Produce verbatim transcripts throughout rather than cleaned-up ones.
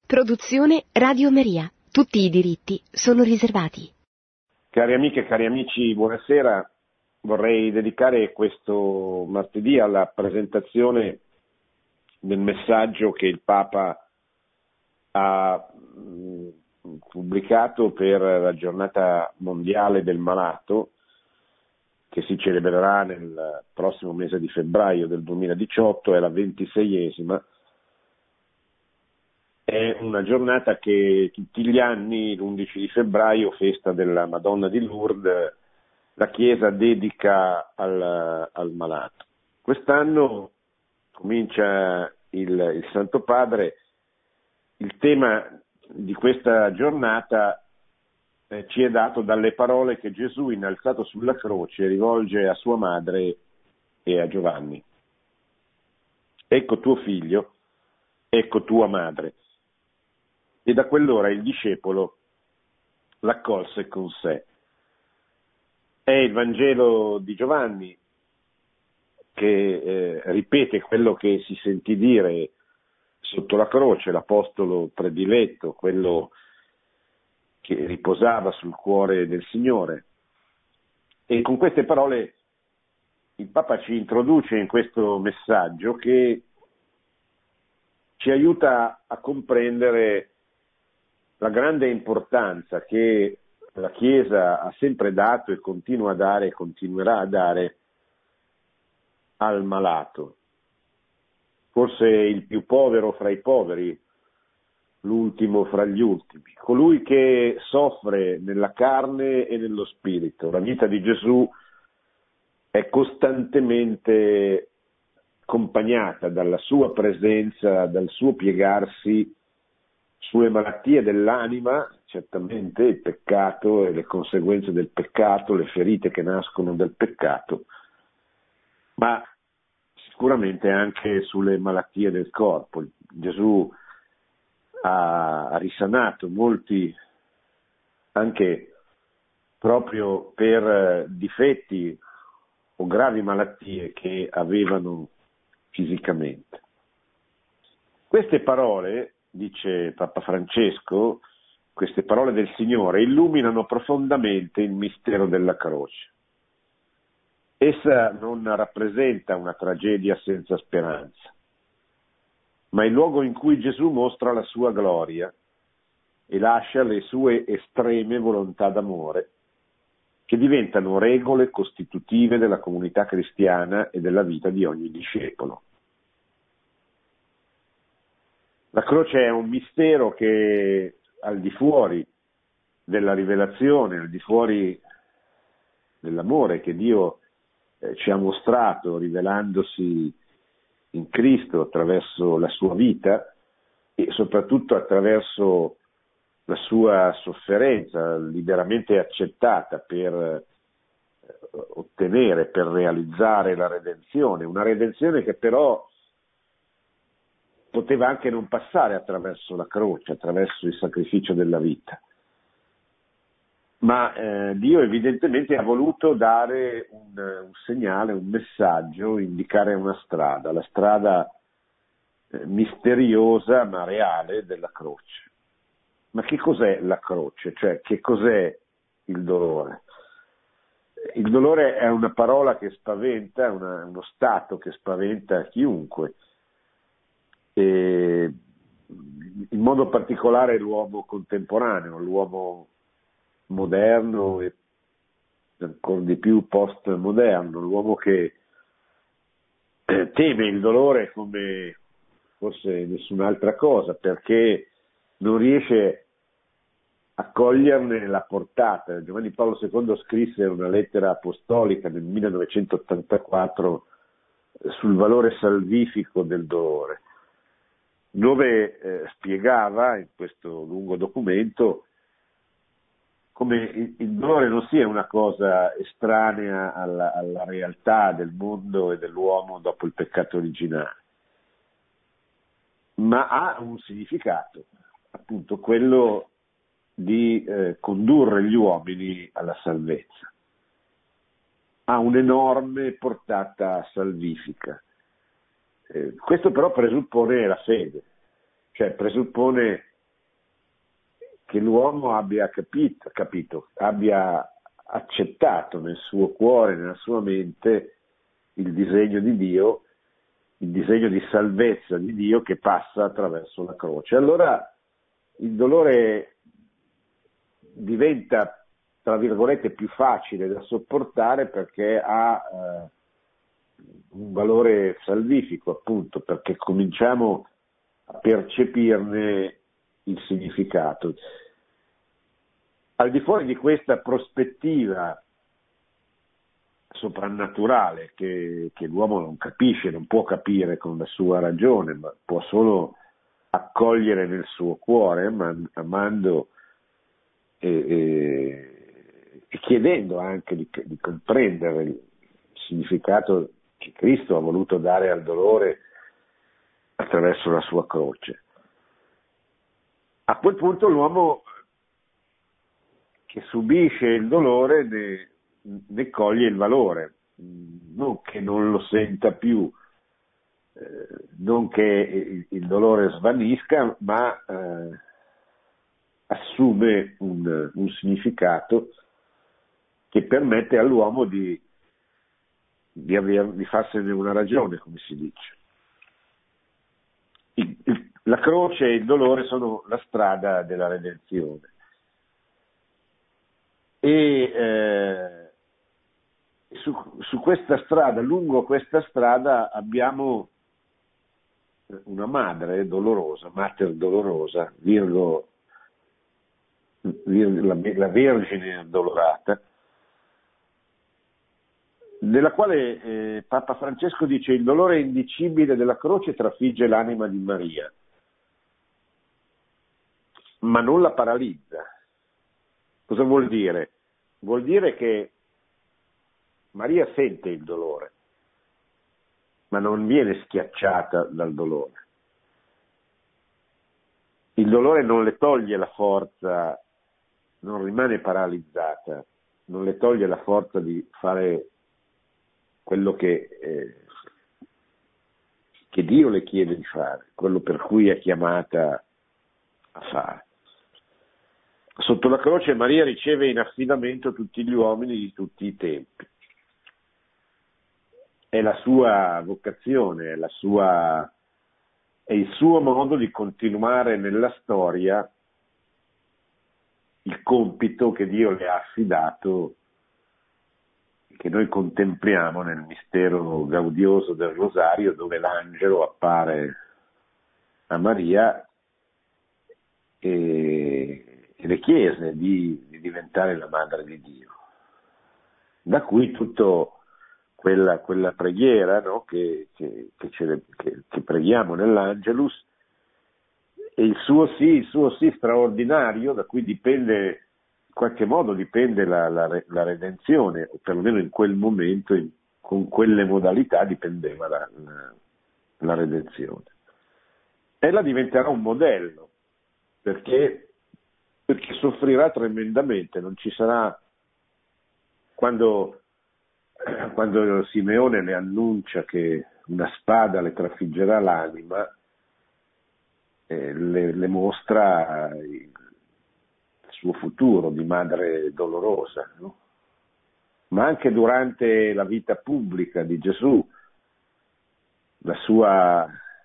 Produzione Radio Maria. Tutti i diritti sono riservati. Cari amiche e cari amici, buonasera. Vorrei dedicare questo martedì alla presentazione del messaggio che il Papa ha pubblicato per la giornata mondiale del malato, che si celebrerà nel prossimo mese di febbraio del duemiladiciotto, è la ventiseiesima. È una giornata che tutti gli anni, l'undici di febbraio, festa della Madonna di Lourdes, la Chiesa dedica al, al malato. Quest'anno comincia il, il Santo Padre. Il tema di questa giornata eh, ci è dato dalle parole che Gesù, innalzato sulla croce, rivolge a sua madre e a Giovanni. Ecco tuo figlio, ecco tua madre. E da quell'ora il discepolo l'accolse con sé. È il Vangelo di Giovanni che eh, ripete quello che si sentì dire sotto la croce, l'apostolo prediletto, quello che riposava sul cuore del Signore. E con queste parole il Papa ci introduce in questo messaggio che ci aiuta a comprendere la grande importanza che la Chiesa ha sempre dato e continua a dare e continuerà a dare al malato. Forse il più povero fra i poveri, l'ultimo fra gli ultimi, colui che soffre nella carne e nello spirito. La vita di Gesù è costantemente accompagnata dalla sua presenza, dal suo piegarsi sulle malattie dell'anima, certamente il peccato e le conseguenze del peccato, le ferite che nascono dal peccato, ma sicuramente anche sulle malattie del corpo. Gesù ha risanato molti anche proprio per difetti o gravi malattie che avevano fisicamente. Queste parole, dice Papa Francesco, queste parole del Signore illuminano profondamente il mistero della croce. Essa non rappresenta una tragedia senza speranza, ma il luogo in cui Gesù mostra la sua gloria e lascia le sue estreme volontà d'amore, che diventano regole costitutive della comunità cristiana e della vita di ogni discepolo. La croce è un mistero che al di fuori della rivelazione, al di fuori dell'amore che Dio eh, ci ha mostrato rivelandosi in Cristo attraverso la sua vita e soprattutto attraverso la sua sofferenza liberamente accettata per eh, ottenere, per realizzare la redenzione, una redenzione che però poteva anche non passare attraverso la croce, attraverso il sacrificio della vita. Ma eh, Dio evidentemente ha voluto dare un, un segnale, un messaggio, indicare una strada, la strada eh, misteriosa ma reale della croce. Ma che cos'è la croce? Cioè, che cos'è il dolore? Il dolore è una parola che spaventa, una, uno stato che spaventa chiunque. E in modo particolare l'uomo contemporaneo, l'uomo moderno e ancora di più postmoderno, l'uomo che teme il dolore come forse nessun'altra cosa, perché non riesce a coglierne la portata. Giovanni Paolo secondo scrisse una lettera apostolica nel millenovecentottantaquattro sul valore salvifico del dolore, dove eh, spiegava in questo lungo documento come il, il dolore non sia una cosa estranea alla, alla realtà del mondo e dell'uomo dopo il peccato originale, ma ha un significato, appunto quello di eh, condurre gli uomini alla salvezza. Ha un'enorme portata salvifica. Eh, questo però presuppone la fede, cioè presuppone che l'uomo abbia capito, capito, abbia accettato nel suo cuore, nella sua mente, il disegno di Dio, il disegno di salvezza di Dio che passa attraverso la croce. Allora il dolore diventa, tra virgolette, più facile da sopportare perché ha eh, un valore salvifico, appunto, perché cominciamo a percepirne il significato. Al di fuori di questa prospettiva soprannaturale che, che l'uomo non capisce, non può capire con la sua ragione, ma può solo accogliere nel suo cuore, amando e, e, e chiedendo anche di, di comprendere il significato che Cristo ha voluto dare al dolore attraverso la sua croce. A quel punto l'uomo che subisce il dolore ne, ne coglie il valore, non che non lo senta più, eh, non che il, il dolore svanisca, ma eh, assume un, un significato che permette all'uomo di, di, aver, di farsene una ragione, come si dice. Il, il, la croce e il dolore sono la strada della redenzione. E eh, su, su questa strada, lungo questa strada, abbiamo una madre dolorosa, mater dolorosa, virgo, virgo, la, la Vergine addolorata, della quale eh, Papa Francesco dice: il dolore indicibile della croce trafigge l'anima di Maria, ma non la paralizza. Cosa vuol dire? Vuol dire che Maria sente il dolore, ma non viene schiacciata dal dolore. Il dolore non le toglie la forza, non rimane paralizzata, non le toglie la forza di fare quello che, eh, che Dio le chiede di fare, quello per cui è chiamata a fare. Sotto la croce Maria riceve in affidamento tutti gli uomini di tutti i tempi. È la sua vocazione, è, la sua, è il suo modo di continuare nella storia il compito che Dio le ha affidato, che noi contempliamo nel mistero gaudioso del Rosario, dove l'angelo appare a Maria e e le chiese di, di diventare la madre di Dio. Da qui tutto quella, quella preghiera, no, che, che, che, ce, che, che preghiamo nell'Angelus, e il suo sì, il suo sì straordinario, da cui dipende, in qualche modo dipende la, la, la redenzione, o perlomeno in quel momento, in, con quelle modalità dipendeva la, la, la redenzione. Ella diventerà un modello, perché perché soffrirà tremendamente, non ci sarà, quando, quando Simeone le annuncia che una spada le trafiggerà l'anima, eh, le, le mostra il suo futuro di madre dolorosa, no? Ma anche durante la vita pubblica di Gesù, la sua,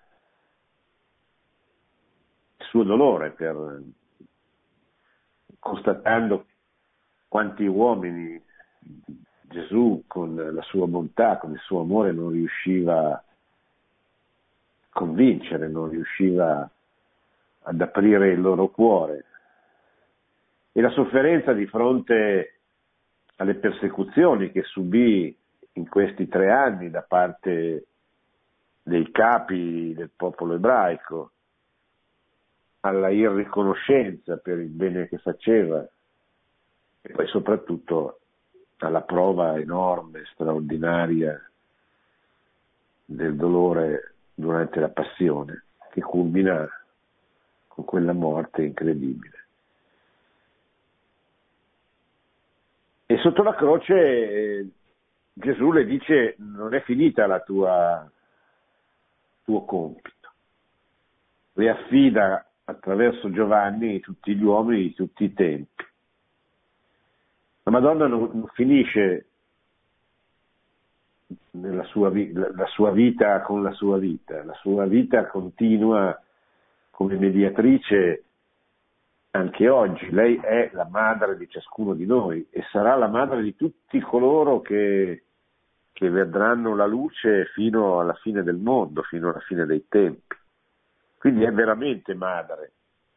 il suo dolore per constatando quanti uomini Gesù con la sua bontà, con il suo amore non riusciva a convincere, non riusciva ad aprire il loro cuore. E la sofferenza di fronte alle persecuzioni che subì in questi tre anni da parte dei capi del popolo ebraico, alla irriconoscenza per il bene che faceva e poi soprattutto alla prova enorme, straordinaria del dolore durante la passione, che culmina con quella morte incredibile. E sotto la croce eh, Gesù le dice: non è finita la tua tuo compito. Le affida attraverso Giovanni tutti gli uomini di tutti i tempi. La Madonna non, non finisce nella sua, la sua vita con la sua vita, la sua vita continua come mediatrice anche oggi. Lei è la madre di ciascuno di noi e sarà la madre di tutti coloro che, che vedranno la luce fino alla fine del mondo, fino alla fine dei tempi. Quindi è veramente madre.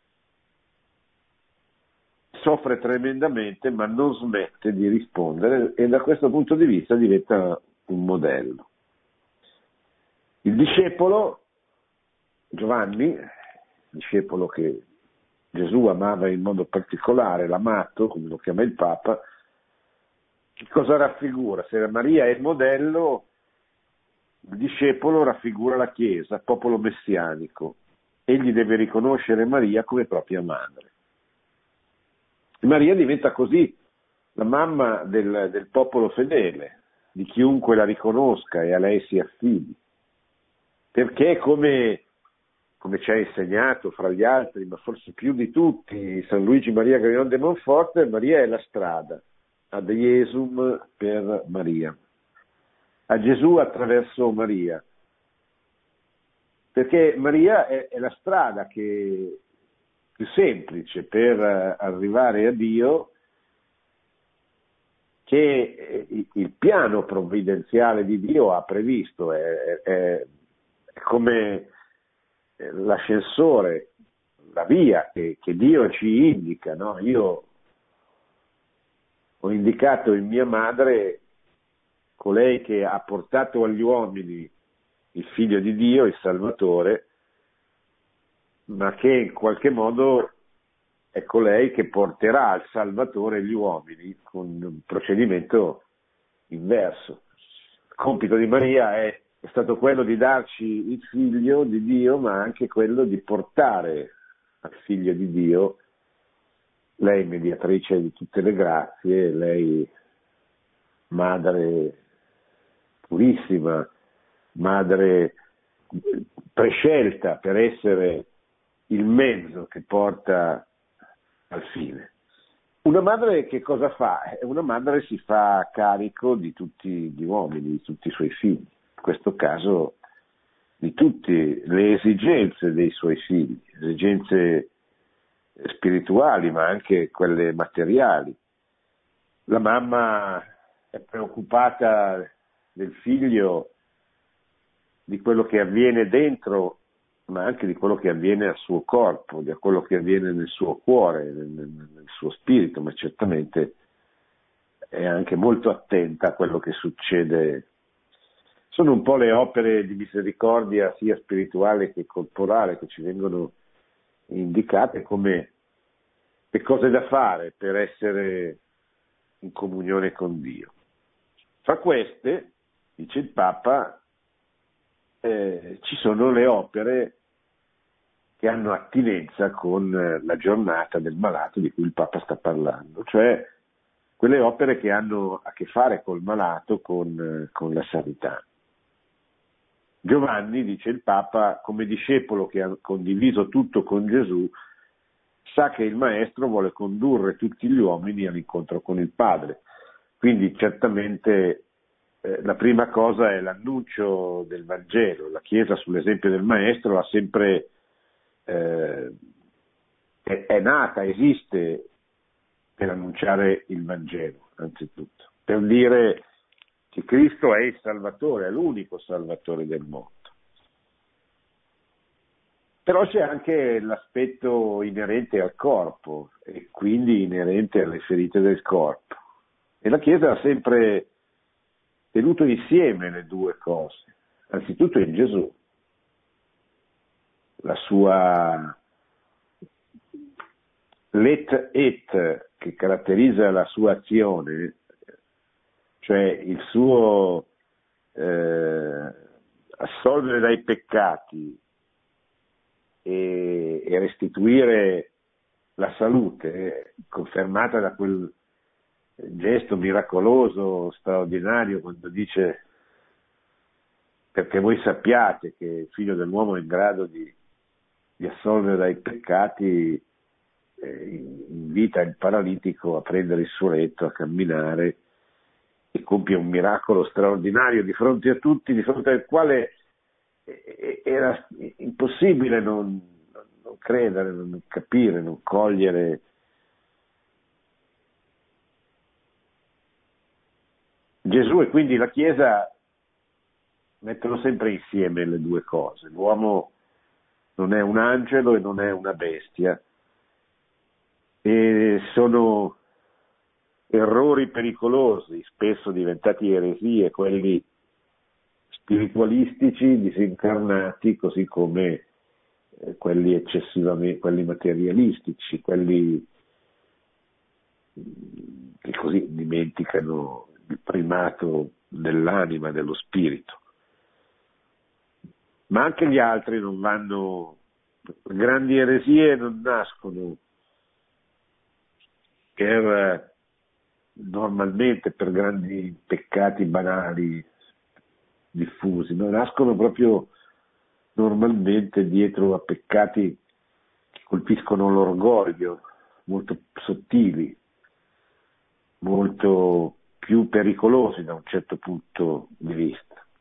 Soffre tremendamente, ma non smette di rispondere e da questo punto di vista diventa un modello. Il discepolo, Giovanni, discepolo che Gesù amava in modo particolare, l'amato, come lo chiama il Papa, che cosa raffigura? Se Maria è il modello, il discepolo raffigura la Chiesa, popolo messianico. Egli deve riconoscere Maria come propria madre. Maria diventa così la mamma del, del popolo fedele, di chiunque la riconosca e a lei si affidi. Perché come, come ci ha insegnato fra gli altri, ma forse più di tutti, San Luigi Maria Grignon de Montfort, Maria è la strada, ad Jesum per Maria, a Gesù attraverso Maria. Perché Maria è, è la strada che più semplice per arrivare a Dio, che il piano provvidenziale di Dio ha previsto, è, è, è come l'ascensore, la via che, che Dio ci indica, no? Io ho indicato in mia madre colei che ha portato agli uomini il Figlio di Dio, il Salvatore, ma che in qualche modo è colei che porterà al Salvatore gli uomini con un procedimento inverso. Il compito di Maria è, è stato quello di darci il Figlio di Dio, ma anche quello di portare al Figlio di Dio, lei mediatrice di tutte le grazie, lei madre purissima, madre prescelta per essere il mezzo che porta al fine. Una madre che cosa fa? Una madre si fa carico di tutti gli uomini, di tutti i suoi figli, in questo caso di tutte le esigenze dei suoi figli, esigenze spirituali ma anche quelle materiali. La mamma è preoccupata del figlio, di quello che avviene dentro, ma anche di quello che avviene al suo corpo, di quello che avviene nel suo cuore, nel, nel suo spirito, ma certamente è anche molto attenta a quello che succede. Sono un po' le opere di misericordia sia spirituale che corporale che ci vengono indicate come le cose da fare per essere in comunione con Dio. Fra queste, dice il Papa, eh, ci sono le opere che hanno attinenza con la giornata del malato di cui il Papa sta parlando, cioè quelle opere che hanno a che fare col malato, con, con la sanità. Giovanni, dice il Papa, come discepolo che ha condiviso tutto con Gesù, sa che il Maestro vuole condurre tutti gli uomini all'incontro con il Padre. Quindi certamente eh, la prima cosa è l'annuncio del Vangelo. La Chiesa, sull'esempio del Maestro, ha sempre eh, è, è nata, esiste per annunciare il Vangelo, anzitutto, per dire che Cristo è il Salvatore, è l'unico Salvatore del mondo. Però c'è anche l'aspetto inerente al corpo e quindi inerente alle ferite del corpo. E la Chiesa ha sempre tenuto insieme le due cose, anzitutto in Gesù. La sua let et, che caratterizza la sua azione, cioè il suo eh, assolvere dai peccati e, e restituire la salute, confermata da quel gesto miracoloso, straordinario, quando dice: perché voi sappiate che il figlio dell'uomo è in grado di di assolvere dai peccati, eh, invita il paralitico a prendere il suo letto, a camminare, e compie un miracolo straordinario di fronte a tutti, di fronte al quale era impossibile non, non credere, non capire, non cogliere. Gesù e quindi la Chiesa mettono sempre insieme le due cose. L'uomo non è un angelo e non è una bestia, e sono errori pericolosi, spesso diventati eresie, quelli spiritualistici, disincarnati, così come eh, quelli eccessivamente, quelli materialistici, quelli che così dimenticano il primato dell'anima, dello spirito. Ma anche gli altri non vanno, grandi eresie non nascono per, normalmente per grandi peccati banali diffusi, ma nascono proprio normalmente dietro a peccati che colpiscono l'orgoglio, molto sottili, molto più pericolosi da un certo punto di vista.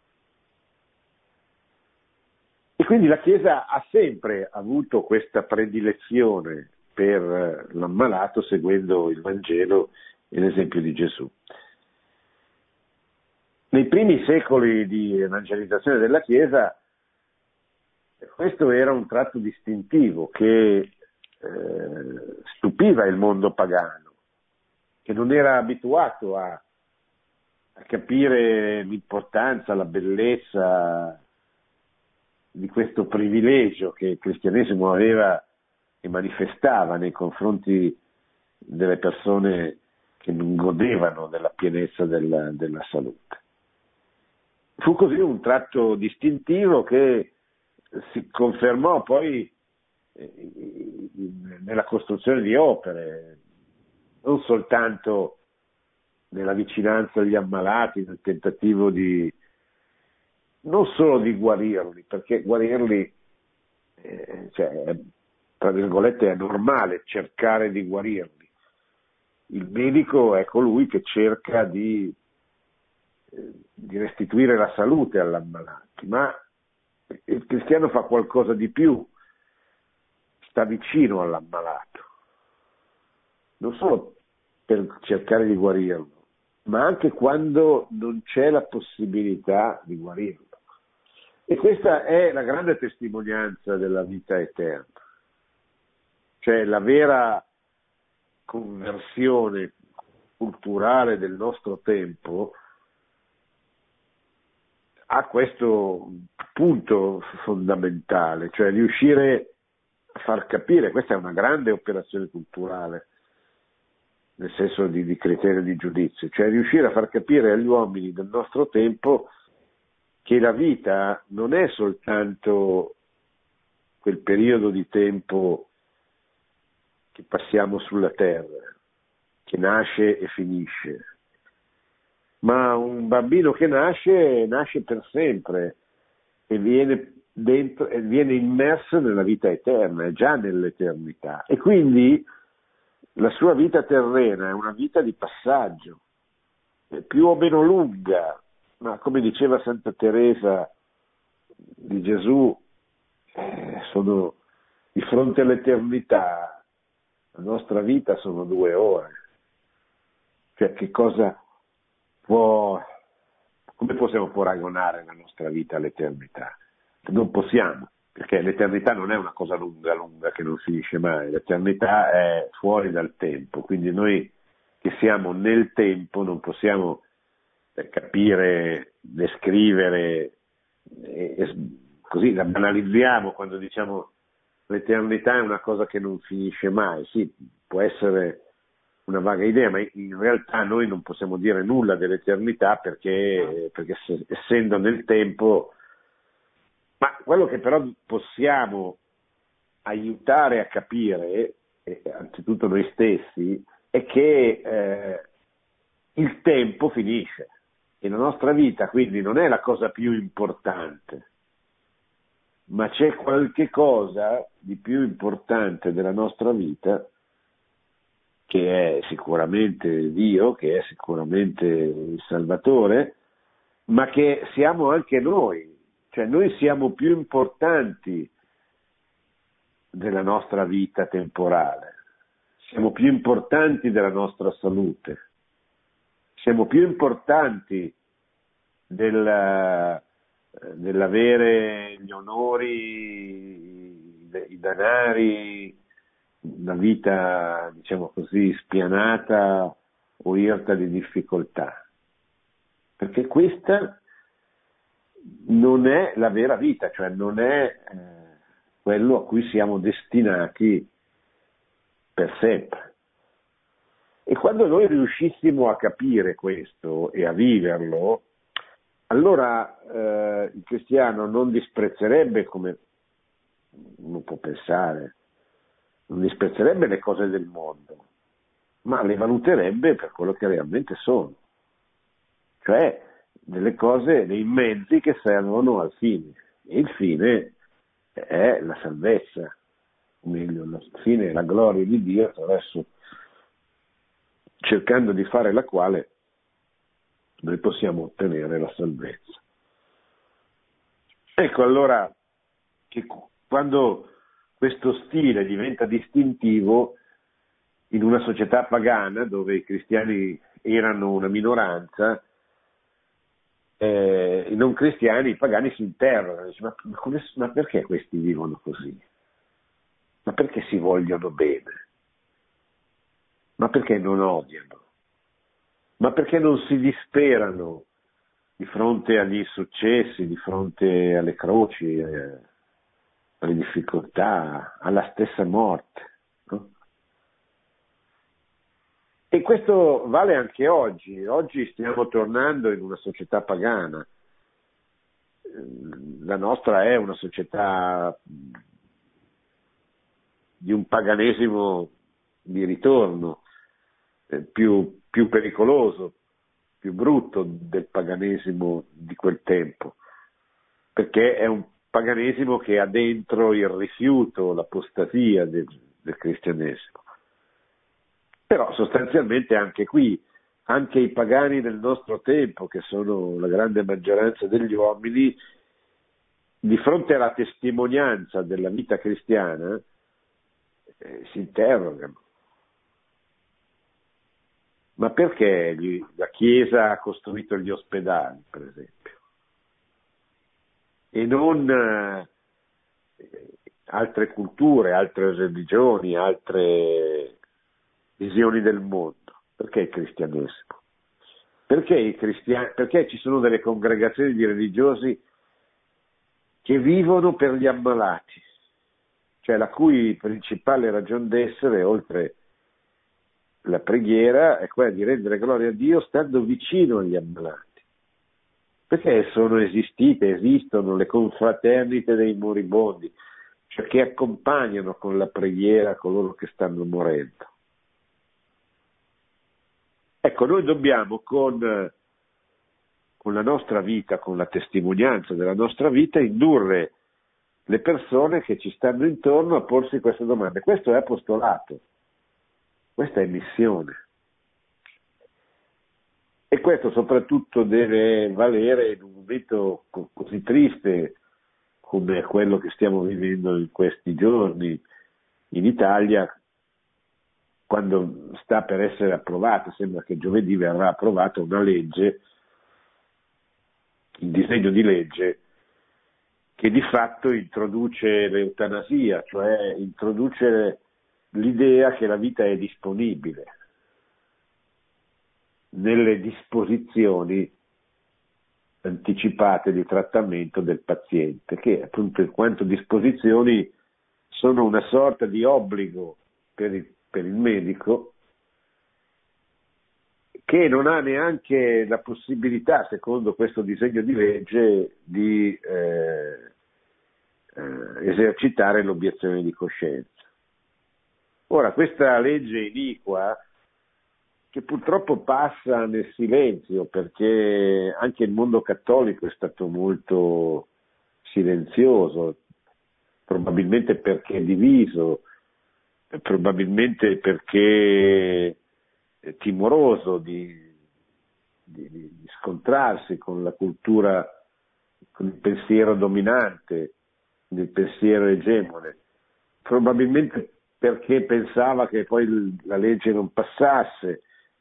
E quindi la Chiesa ha sempre avuto questa predilezione per l'ammalato, seguendo il Vangelo e l'esempio di Gesù. Nei primi secoli di evangelizzazione della Chiesa questo era un tratto distintivo che eh, stupiva il mondo pagano, che non era abituato a, a capire l'importanza, la bellezza di questo privilegio che il cristianesimo aveva e manifestava nei confronti delle persone che non godevano della pienezza della, della salute. Fu così un tratto distintivo che si confermò poi nella costruzione di opere, non soltanto nella vicinanza agli ammalati, nel tentativo di non solo di guarirli, perché guarirli, eh, cioè, tra virgolette, è normale cercare di guarirli. Il medico è colui che cerca di, eh, di restituire la salute all'ammalato, ma il cristiano fa qualcosa di più, sta vicino all'ammalato, non solo per cercare di guarirlo, ma anche quando non c'è la possibilità di guarirlo. E questa è la grande testimonianza della vita eterna, cioè la vera conversione culturale del nostro tempo ha questo punto fondamentale, cioè riuscire a far capire, questa è una grande operazione culturale, nel senso di, di criterio di giudizio, cioè riuscire a far capire agli uomini del nostro tempo che la vita non è soltanto quel periodo di tempo che passiamo sulla terra, che nasce e finisce, ma un bambino che nasce, nasce per sempre e viene, dentro, e viene immerso nella vita eterna, è già nell'eternità. E quindi la sua vita terrena è una vita di passaggio, è più o meno lunga, ma come diceva Santa Teresa di Gesù, eh, sono di fronte all'eternità, la nostra vita sono due ore. Cioè che cosa può, come possiamo paragonare la nostra vita all'eternità? Non possiamo, perché l'eternità non è una cosa lunga, lunga che non finisce mai, l'eternità è fuori dal tempo, quindi noi che siamo nel tempo non possiamo capire, descrivere, e, e così la banalizziamo quando diciamo l'eternità è una cosa che non finisce mai. Sì, può essere una vaga idea, ma in realtà noi non possiamo dire nulla dell'eternità perché, perché se, essendo nel tempo, ma quello che però possiamo aiutare a capire, eh, anzitutto noi stessi, è che eh, il tempo finisce e la nostra vita quindi non è la cosa più importante. ma c'è qualche cosa di più importante della nostra vita, che è sicuramente Dio, che è sicuramente il Salvatore, ma che siamo anche noi, cioè noi siamo più importanti della nostra vita temporale, siamo più importanti della nostra salute, siamo più importanti del, dell'avere gli onori, i denari, la vita, diciamo così, spianata o irta di difficoltà, perché questa non è la vera vita, cioè non è eh, quello a cui siamo destinati per sempre. E quando noi riuscissimo a capire questo e a viverlo, allora eh, il cristiano non disprezzerebbe, come uno può pensare, non disprezzerebbe le cose del mondo, ma le valuterebbe per quello che realmente sono, cioè delle cose, dei mezzi che servono al fine, e il fine è la salvezza, o meglio, il fine è la gloria di Dio, attraverso, cercando di fare la quale noi possiamo ottenere la salvezza. Ecco allora che quando questo stile diventa distintivo in una società pagana dove i cristiani erano una minoranza, eh, i non cristiani, i pagani si interrogano, dice, ma, ma, come, ma perché questi vivono così? Ma perché si vogliono bene? Ma perché non odiano? Ma perché non si disperano di fronte agli insuccessi, di fronte alle croci, eh, alle difficoltà, alla stessa morte? No? E questo vale anche oggi. Oggi stiamo tornando in una società pagana. La nostra è una società di un paganesimo di ritorno, eh, più, più pericoloso, più brutto del paganesimo di quel tempo, perché è un paganesimo che ha dentro il rifiuto, l'apostasia del, del cristianesimo. Però sostanzialmente anche qui, anche i pagani del nostro tempo, che sono la grande maggioranza degli uomini, di fronte alla testimonianza della vita cristiana, eh, si interrogano. Ma perché gli, la Chiesa ha costruito gli ospedali, per esempio? E non eh, altre culture, altre religioni, altre visioni del mondo? Perché il cristianesimo? Perché, i cristiani, perché ci sono delle congregazioni di religiosi che vivono per gli ammalati, cioè la cui principale ragion d'essere, oltre la preghiera, è quella di rendere gloria a Dio stando vicino agli ammalati. Perché sono esistite, esistono le confraternite dei moribondi, cioè che accompagnano con la preghiera coloro che stanno morendo. Ecco, noi dobbiamo con, con la nostra vita, con la testimonianza della nostra vita, indurre le persone che ci stanno intorno a porsi queste domande. Questo è apostolato, questa è missione. E questo soprattutto deve valere in un momento co- così triste come quello che stiamo vivendo in questi giorni in Italia, quando sta per essere approvata, sembra che giovedì verrà approvata una legge, un disegno di legge che di fatto introduce l'eutanasia, cioè introduce l'idea che la vita è disponibile nelle disposizioni anticipate di trattamento del paziente, che appunto in quanto disposizioni sono una sorta di obbligo per il, per il medico, che non ha neanche la possibilità, secondo questo disegno di legge, di eh, eh, esercitare l'obiezione di coscienza. Ora, questa legge iniqua, che purtroppo passa nel silenzio, perché anche il mondo cattolico è stato molto silenzioso, probabilmente perché è diviso, probabilmente perché è timoroso di, di, di scontrarsi con la cultura, con il pensiero dominante, il pensiero egemone, probabilmente perché pensava che poi la legge non passasse,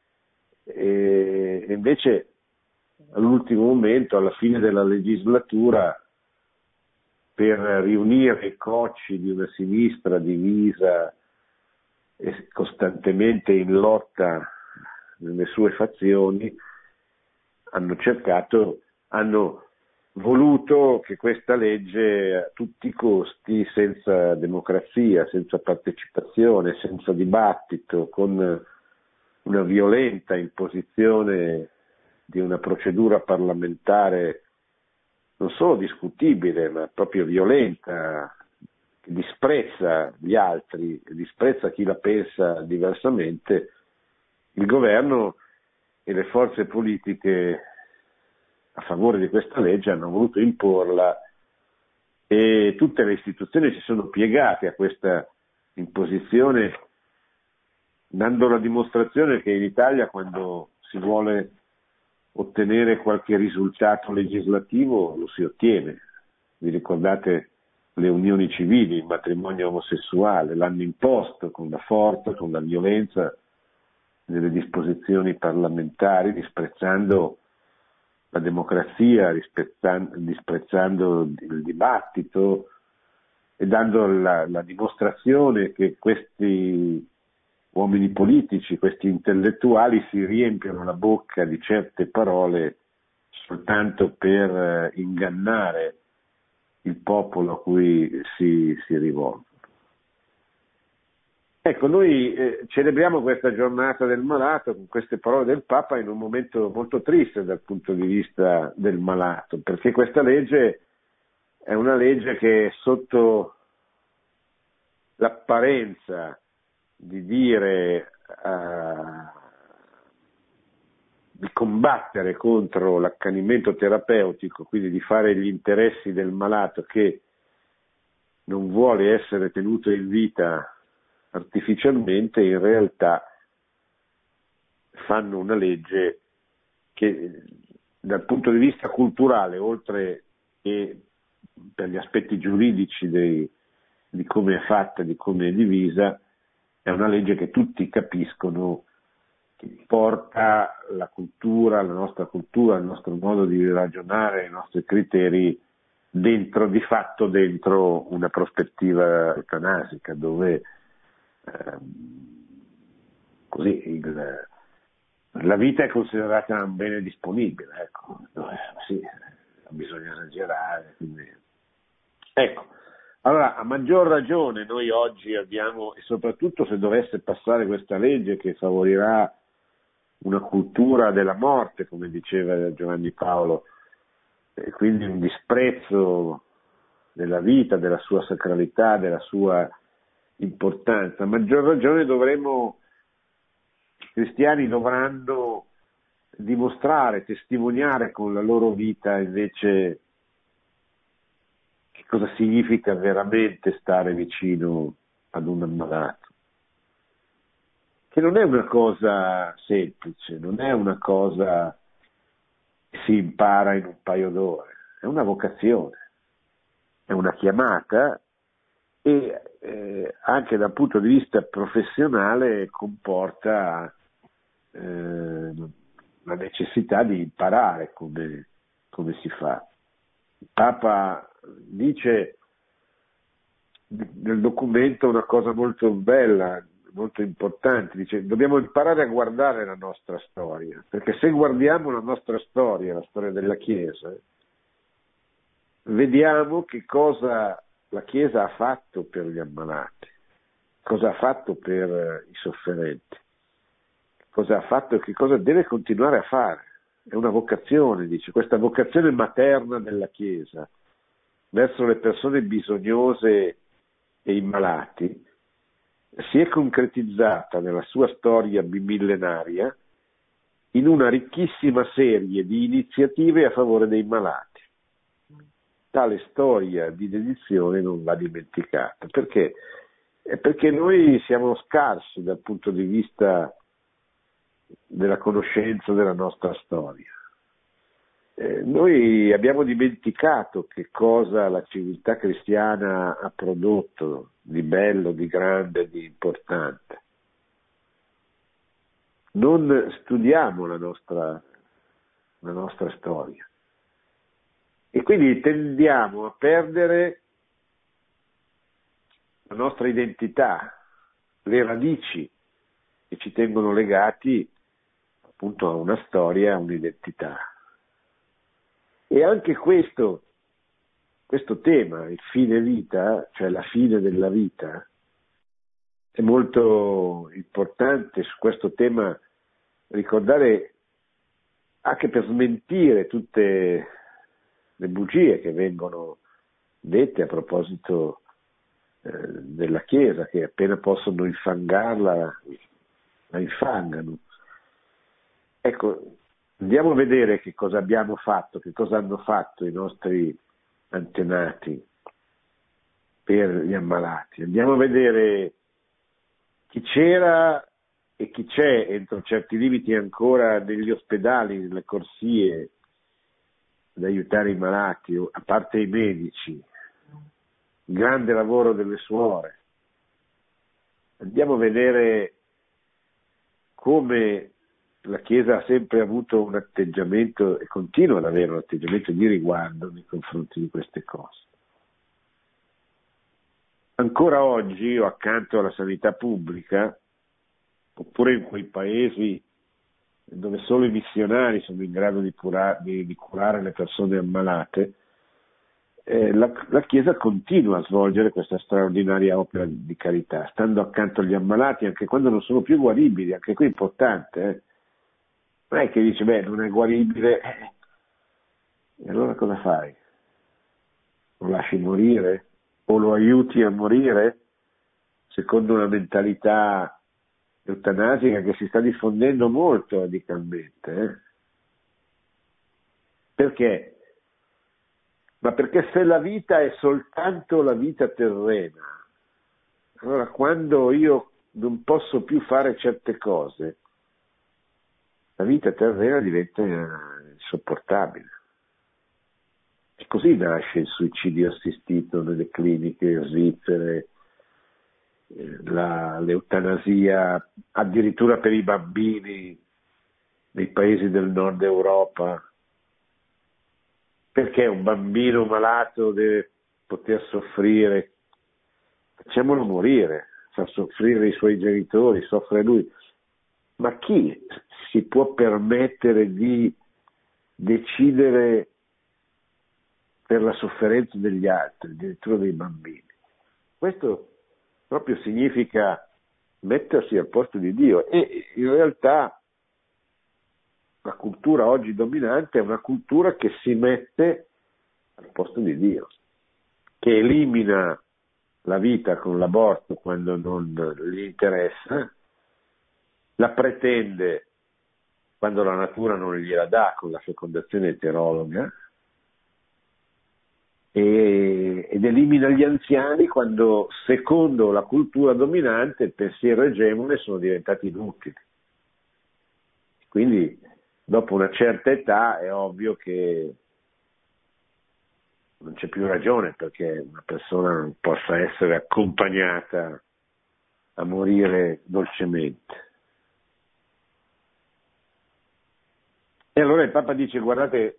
e invece all'ultimo momento, alla fine della legislatura, per riunire i cocci di una sinistra divisa e costantemente in lotta nelle sue fazioni, hanno cercato, hanno voluto che questa legge a tutti i costi, senza democrazia, senza partecipazione, senza dibattito, con una violenta imposizione di una procedura parlamentare non solo discutibile, ma proprio violenta, che disprezza gli altri, disprezza chi la pensa diversamente, il governo e le forze politiche a favore di questa legge hanno voluto imporla, e tutte le istituzioni si sono piegate a questa imposizione, dando la dimostrazione che in Italia, quando si vuole ottenere qualche risultato legislativo, lo si ottiene. Vi ricordate le unioni civili, il matrimonio omosessuale, l'hanno imposto con la forza, con la violenza nelle disposizioni parlamentari, disprezzando la democrazia, disprezzando il dibattito e dando la, la dimostrazione che questi uomini politici, questi intellettuali si riempiono la bocca di certe parole soltanto per ingannare il popolo a cui si, si rivolgono. Ecco, noi eh, celebriamo questa giornata del malato con queste parole del Papa in un momento molto triste dal punto di vista del malato, perché questa legge è una legge che sotto l'apparenza di dire uh, di combattere contro l'accanimento terapeutico, quindi di fare gli interessi del malato che non vuole essere tenuto in vita artificialmente, in realtà fanno una legge che dal punto di vista culturale, oltre che per gli aspetti giuridici dei, di come è fatta, di come è divisa, è una legge che tutti capiscono, che porta la cultura, la nostra cultura, il nostro modo di ragionare, i nostri criteri dentro, di fatto dentro una prospettiva eutanasica, dove eh, così il, la vita è considerata un bene disponibile, ecco, dove, sì, non bisogna esagerare, quindi. Ecco. Allora, a maggior ragione noi oggi abbiamo, e soprattutto se dovesse passare questa legge che favorirà una cultura della morte, come diceva Giovanni Paolo, e quindi un disprezzo della vita, della sua sacralità, della sua importanza, a maggior ragione dovremo, i cristiani dovranno dimostrare, testimoniare con la loro vita invece cosa significa veramente stare vicino ad un ammalato, che non è una cosa semplice, non è una cosa che si impara in un paio d'ore, è una vocazione, è una chiamata e eh, anche dal punto di vista professionale comporta eh, la necessità di imparare come, come si fa. Il Papa dice nel documento una cosa molto bella, molto importante, dice: dobbiamo imparare a guardare la nostra storia, perché se guardiamo la nostra storia, la storia della Chiesa, vediamo che cosa la Chiesa ha fatto per gli ammalati, cosa ha fatto per i sofferenti, cosa ha fatto e che cosa deve continuare a fare. È una vocazione, dice, questa vocazione materna della Chiesa verso le persone bisognose e i malati si è concretizzata nella sua storia bimillenaria in una ricchissima serie di iniziative a favore dei malati. tale storia di dedizione non va dimenticata. Perché? Perché noi siamo scarsi dal punto di vista della conoscenza della nostra storia. Eh, noi abbiamo dimenticato che cosa la civiltà cristiana ha prodotto di bello, di grande, di importante. Non studiamo la nostra, la nostra storia e quindi tendiamo a perdere la nostra identità, le radici che ci tengono legati appunto a una storia, a un'identità. E anche questo, questo tema, il fine vita, cioè la fine della vita, è molto importante su questo tema ricordare, anche per smentire tutte le bugie che vengono dette a proposito eh, della Chiesa, che appena possono infangarla, la infangano. Ecco, andiamo a vedere che cosa abbiamo fatto, che cosa hanno fatto i nostri antenati per gli ammalati. Andiamo a vedere chi c'era e chi c'è entro certi limiti ancora negli ospedali, nelle corsie, ad aiutare i malati, a parte i medici, il grande lavoro delle suore. Andiamo a vedere come la Chiesa ha sempre avuto un atteggiamento e continua ad avere un atteggiamento di riguardo nei confronti di queste cose. Ancora oggi, o accanto alla sanità pubblica, oppure in quei paesi dove solo i missionari sono in grado di, cura, di, di curare le persone ammalate, eh, la, la Chiesa continua a svolgere questa straordinaria opera di carità, stando accanto agli ammalati anche quando non sono più guaribili. Anche qui è importante, eh. Non è che dice, beh, non è guaribile, eh. E allora cosa fai? Lo lasci morire? O lo aiuti a morire? Secondo una mentalità eutanasica che si sta diffondendo molto radicalmente. Eh? Perché? Ma perché se la vita è soltanto la vita terrena, allora quando io non posso più fare certe cose, la vita terrena diventa insopportabile. E così nasce il suicidio assistito nelle cliniche svizzere, la, l'eutanasia addirittura per i bambini nei paesi del nord Europa. Perché un bambino malato deve poter soffrire? Facciamolo morire, fa soffrire i suoi genitori, soffre lui. Ma chi si può permettere di decidere per la sofferenza degli altri, addirittura dei bambini? Questo proprio significa mettersi al posto di Dio, e in realtà la cultura oggi dominante è una cultura che si mette al posto di Dio, che elimina la vita con l'aborto quando non gli interessa, la pretende quando la natura non gliela dà con la fecondazione eterologa, e, ed elimina gli anziani quando, secondo la cultura dominante, il pensiero egemone sono diventati inutili. Quindi dopo una certa età è ovvio che non c'è più ragione perché una persona non possa essere accompagnata a morire dolcemente. E allora il Papa dice, guardate,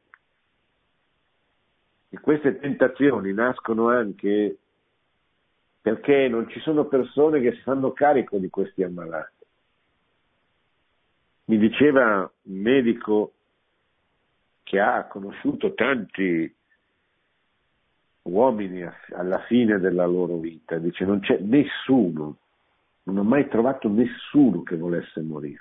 che queste tentazioni nascono anche perché non ci sono persone che si fanno carico di questi ammalati. Mi diceva un medico che ha conosciuto tanti uomini alla fine della loro vita, dice non c'è nessuno, non ho mai trovato nessuno che volesse morire.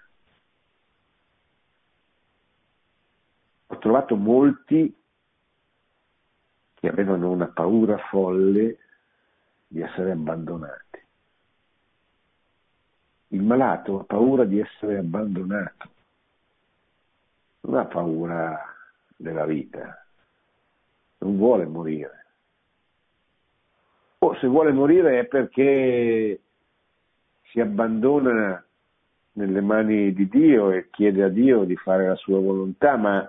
Ho trovato molti che avevano una paura folle di essere abbandonati. Il malato ha paura di essere abbandonato, non ha paura della vita, non vuole morire. o se vuole morire è perché si abbandona nelle mani di Dio e chiede a Dio di fare la sua volontà, ma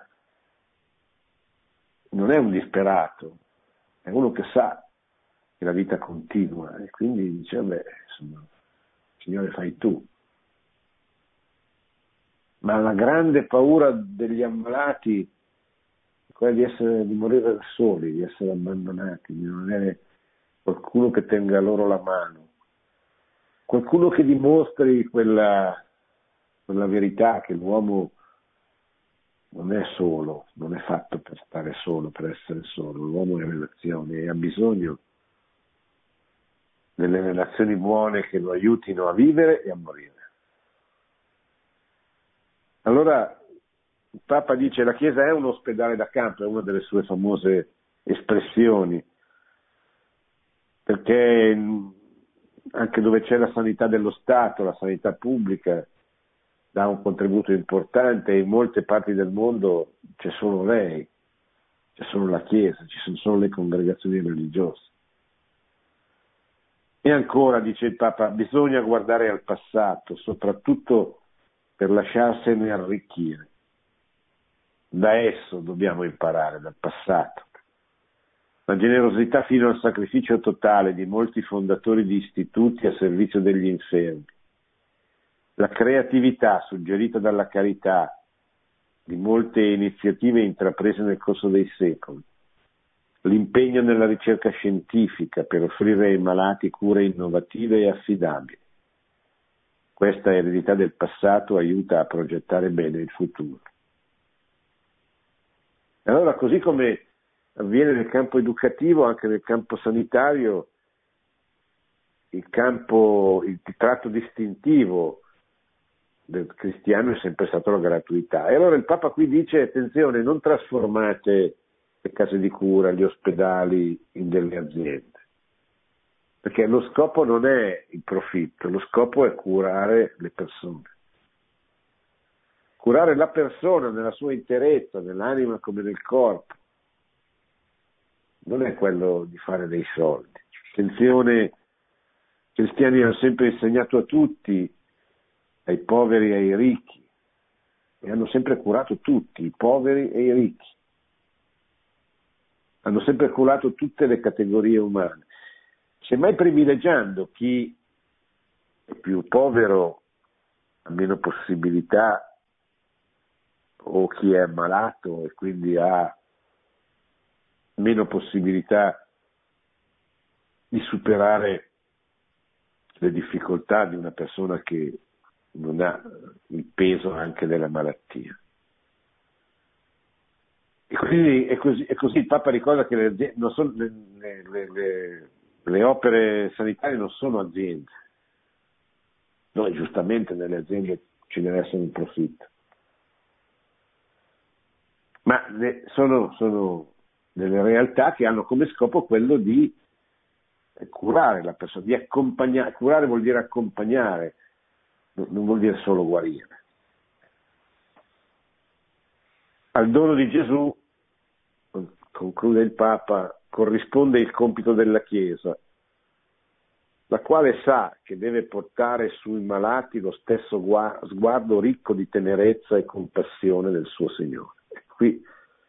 non è un disperato, è uno che sa che la vita continua e quindi dice, beh, insomma, Signore fai tu. Ma la grande paura degli ammalati è quella di, essere, di morire da soli, di essere abbandonati, di non avere qualcuno che tenga loro la mano, qualcuno che dimostri quella, quella verità che l'uomo non è solo, non è fatto per stare solo, per essere solo, l'uomo è in relazioni e ha bisogno delle relazioni buone che lo aiutino a vivere e a morire. Allora il Papa dice la Chiesa è un ospedale da campo, è una delle sue famose espressioni, perché anche dove c'è la sanità dello Stato, la sanità pubblica, dà un contributo importante e in molte parti del mondo c'è solo lei, c'è solo la Chiesa, ci sono solo le congregazioni religiose. E ancora, dice il Papa, bisogna guardare al passato, soprattutto per lasciarsene arricchire. Da esso dobbiamo imparare, dal passato. La generosità fino al sacrificio totale di molti fondatori di istituti a servizio degli infermi. La creatività suggerita dalla carità di molte iniziative intraprese nel corso dei secoli. L'impegno nella ricerca scientifica per offrire ai malati cure innovative e affidabili. Questa eredità del passato aiuta a progettare bene il futuro. E allora, così come avviene nel campo educativo, anche nel campo sanitario, il campo, il tratto distintivo del cristiano è sempre stato la gratuità. E allora il Papa qui dice, attenzione, non trasformate le case di cura, gli ospedali in delle aziende, perché lo scopo non è il profitto, lo scopo è curare le persone. Curare la persona nella sua interezza, nell'anima come nel corpo, non è quello di fare dei soldi. Attenzione, i cristiani hanno sempre insegnato a tutti, ai poveri e ai ricchi, e hanno sempre curato tutti, i poveri e i ricchi. Hanno sempre curato tutte le categorie umane, semmai privilegiando chi è più povero, ha meno possibilità, o chi è malato e quindi ha meno possibilità di superare le difficoltà di una persona che non ha il peso anche della malattia. E quindi è così, è così il Papa ricorda che le, aziende, non sono, le, le, le, le opere sanitarie non sono aziende. Noi giustamente nelle aziende ci deve essere un profitto. Ma le, sono, sono delle realtà che hanno come scopo quello di curare la persona, di accompagnare. Curare vuol dire accompagnare, non vuol dire solo guarire. Al dono di Gesù, conclude il Papa, corrisponde il compito della Chiesa, la quale sa che deve portare sui malati lo stesso sguardo ricco di tenerezza e compassione del suo Signore. E qui,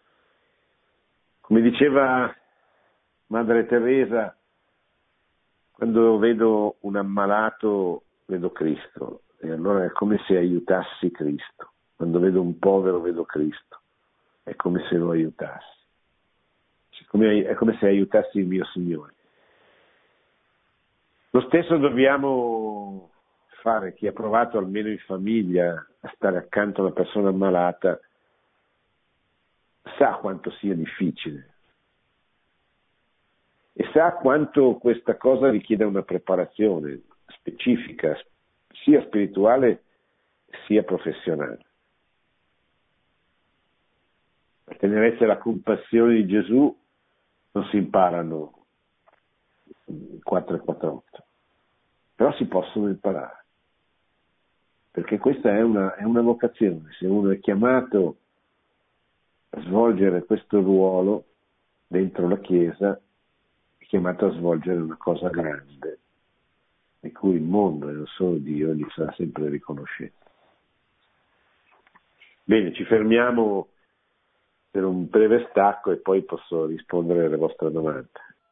come diceva Madre Teresa, quando vedo un ammalato vedo Cristo, e allora è come se aiutassi Cristo. Quando vedo un povero vedo Cristo, è come se lo aiutassi. È come se aiutassi il mio Signore. Lo stesso dobbiamo fare, chi ha provato almeno in famiglia a stare accanto a una persona ammalata sa quanto sia difficile e sa quanto questa cosa richiede una preparazione specifica, sia spirituale sia professionale. La tenerezza e la compassione di Gesù non si imparano quattro e quattro otto, però si possono imparare, perché questa è una, è una vocazione. Se uno è chiamato a svolgere questo ruolo dentro la Chiesa, chiamato a svolgere una cosa grande, di cui il mondo e non solo Dio gli sarà sempre riconoscente. Bene, ci fermiamo per un breve stacco e poi posso rispondere alle vostre domande.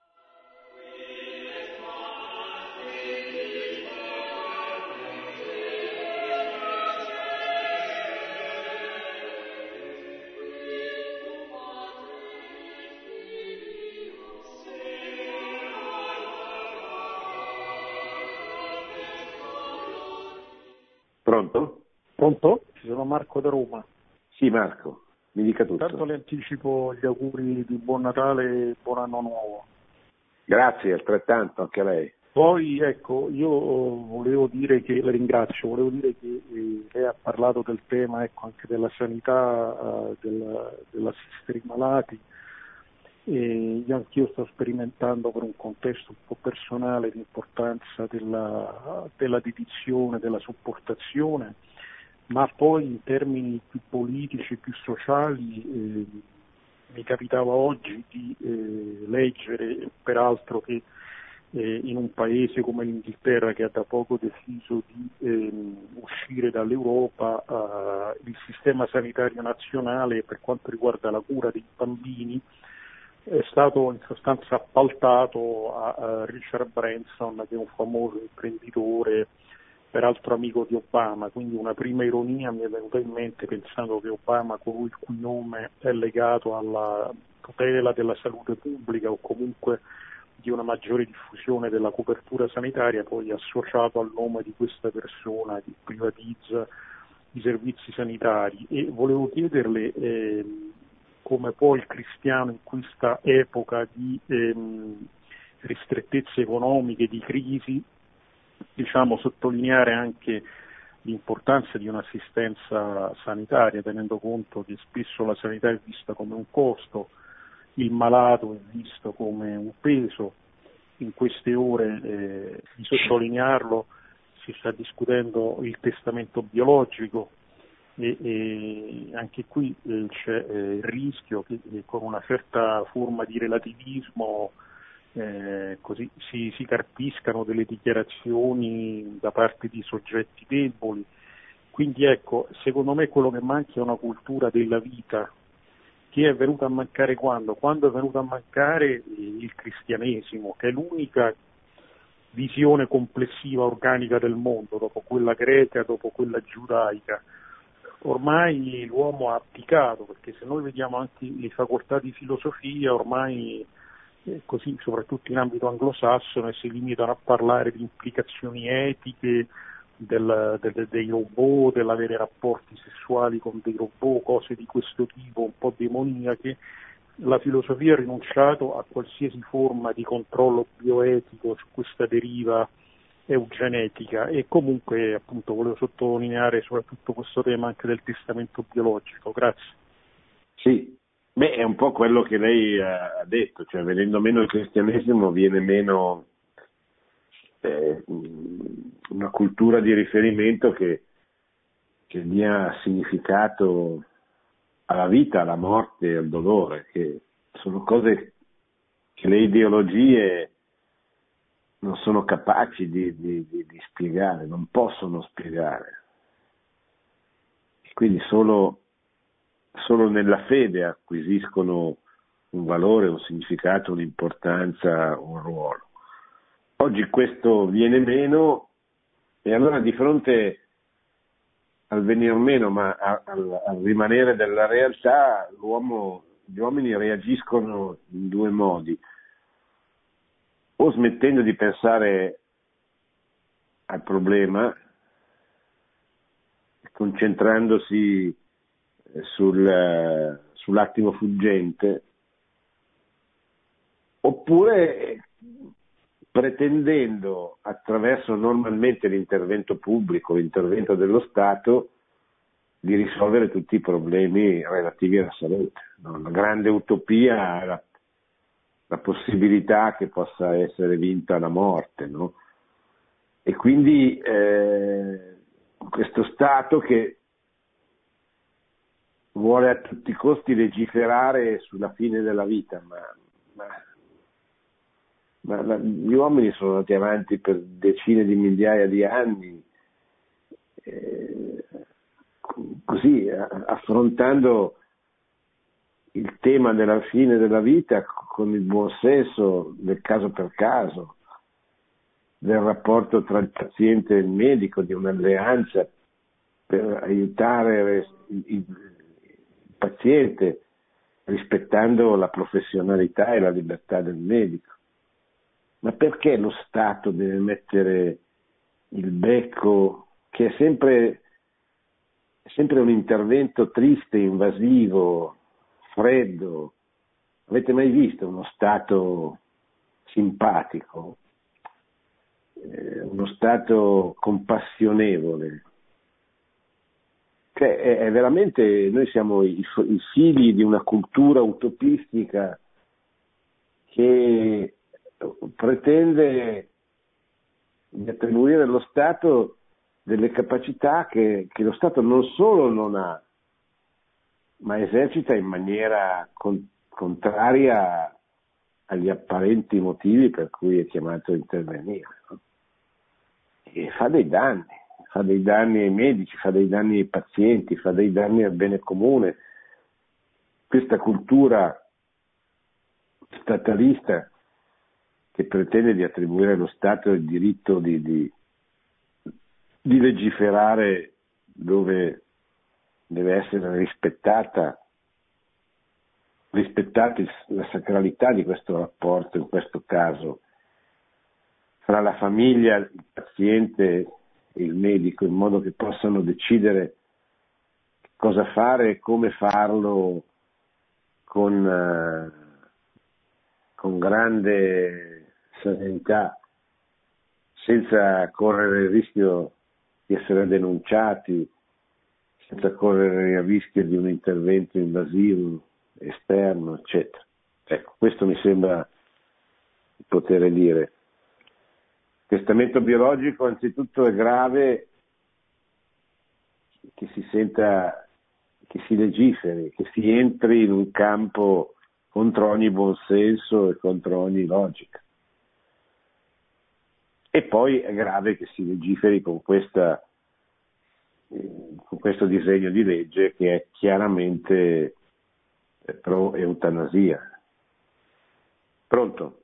Pronto? Pronto? Ci sono Marco da Roma. Sì, Marco, mi dica tutto. Intanto le anticipo gli auguri di buon Natale e buon anno nuovo. Grazie, altrettanto, anche a lei. Poi, ecco, io volevo dire che, le ringrazio, volevo dire che eh, lei ha parlato del tema, ecco, anche della sanità, eh, del, dell'assistere i malati. E io anch'io sto sperimentando per un contesto un po' personale l'importanza della, della dedizione, della sopportazione, ma poi in termini più politici, più sociali, eh, mi capitava oggi di eh, leggere, peraltro che eh, in un paese come l'Inghilterra, che ha da poco deciso di ehm, uscire dall'Europa, eh, il sistema sanitario nazionale per quanto riguarda la cura dei bambini è stato in sostanza appaltato a, a Richard Branson, che è un famoso imprenditore, peraltro amico di Obama, quindi una prima ironia mi è venuta in mente pensando che Obama, colui il cui nome è legato alla tutela della salute pubblica o comunque di una maggiore diffusione della copertura sanitaria, poi associato al nome di questa persona che privatizza i servizi sanitari. E volevo chiederle eh, come poi il cristiano in questa epoca di ehm, ristrettezze economiche, di crisi, diciamo, sottolineare anche l'importanza di un'assistenza sanitaria, tenendo conto che spesso la sanità è vista come un costo, il malato è visto come un peso. In queste ore, eh, di sottolinearlo, si sta discutendo il testamento biologico e, e anche qui eh, c'è eh, il rischio che eh, con una certa forma di relativismo Eh, così si, si carpiscano delle dichiarazioni da parte di soggetti deboli. Quindi ecco, secondo me quello che manca è una cultura della vita, che è venuta a mancare quando? Quando è venuta a mancare il cristianesimo, che è l'unica visione complessiva organica del mondo, dopo quella greca, dopo quella giudaica. Ormai l'uomo ha abdicato, perché se noi vediamo anche le facoltà di filosofia, ormai Eh, così soprattutto in ambito anglosassone si limitano a parlare di implicazioni etiche del, del, dei robot, dell'avere rapporti sessuali con dei robot, cose di questo tipo un po' demoniache. La filosofia ha rinunciato a qualsiasi forma di controllo bioetico su questa deriva eugenetica e comunque appunto volevo sottolineare soprattutto questo tema anche del testamento biologico. Grazie. Sì. Beh, è un po' quello che lei ha detto, cioè venendo meno il cristianesimo viene meno eh, una cultura di riferimento che, che dia significato alla vita, alla morte, al dolore, che sono cose che le ideologie non sono capaci di, di, di, di spiegare, non possono spiegare. E quindi solo Solo nella fede acquisiscono un valore, un significato, un'importanza, un ruolo. Oggi questo viene meno e allora di fronte al venir meno, ma al, al rimanere della realtà, l'uomo, gli uomini reagiscono in due modi, o smettendo di pensare al problema, concentrandosi Sul, sull'attimo fuggente, oppure pretendendo attraverso normalmente l'intervento pubblico, l'intervento dello Stato, di risolvere tutti i problemi relativi alla salute. No? Una grande utopia è la, la possibilità che possa essere vinta la morte, no? E quindi eh, questo Stato che vuole a tutti i costi legiferare sulla fine della vita, ma, ma ma la, gli uomini sono andati avanti per decine di migliaia di anni, eh, così, affrontando il tema della fine della vita con il buon senso del caso per caso, del rapporto tra il paziente e il medico, di un'alleanza per aiutare il, il paziente rispettando la professionalità e la libertà del medico. Ma perché lo Stato deve mettere il becco, che è sempre, è sempre un intervento triste, invasivo, freddo? Avete mai visto uno Stato simpatico, eh, uno Stato compassionevole? Cioè, è, è veramente, noi siamo i, i figli di una cultura utopistica che pretende di attribuire allo Stato delle capacità che, che lo Stato non solo non ha, ma esercita in maniera con, contraria agli apparenti motivi per cui è chiamato a intervenire, no? E fa dei danni, fa dei danni ai medici, fa dei danni ai pazienti, fa dei danni al bene comune. Questa cultura statalista che pretende di attribuire allo Stato il diritto di, di, di legiferare dove deve essere rispettata, rispettata la sacralità di questo rapporto, in questo caso, fra la famiglia, il paziente e il medico, in modo che possano decidere cosa fare e come farlo con, uh, con grande serenità, senza correre il rischio di essere denunciati, senza correre il rischio di un intervento invasivo, esterno, eccetera. Ecco, questo mi sembra di poter dire. Il testamento biologico anzitutto è grave che si senta, che si legiferi, che si entri in un campo contro ogni buonsenso e contro ogni logica. E poi è grave che si legiferi con questa con questo disegno di legge che è chiaramente pro eutanasia. Pronto?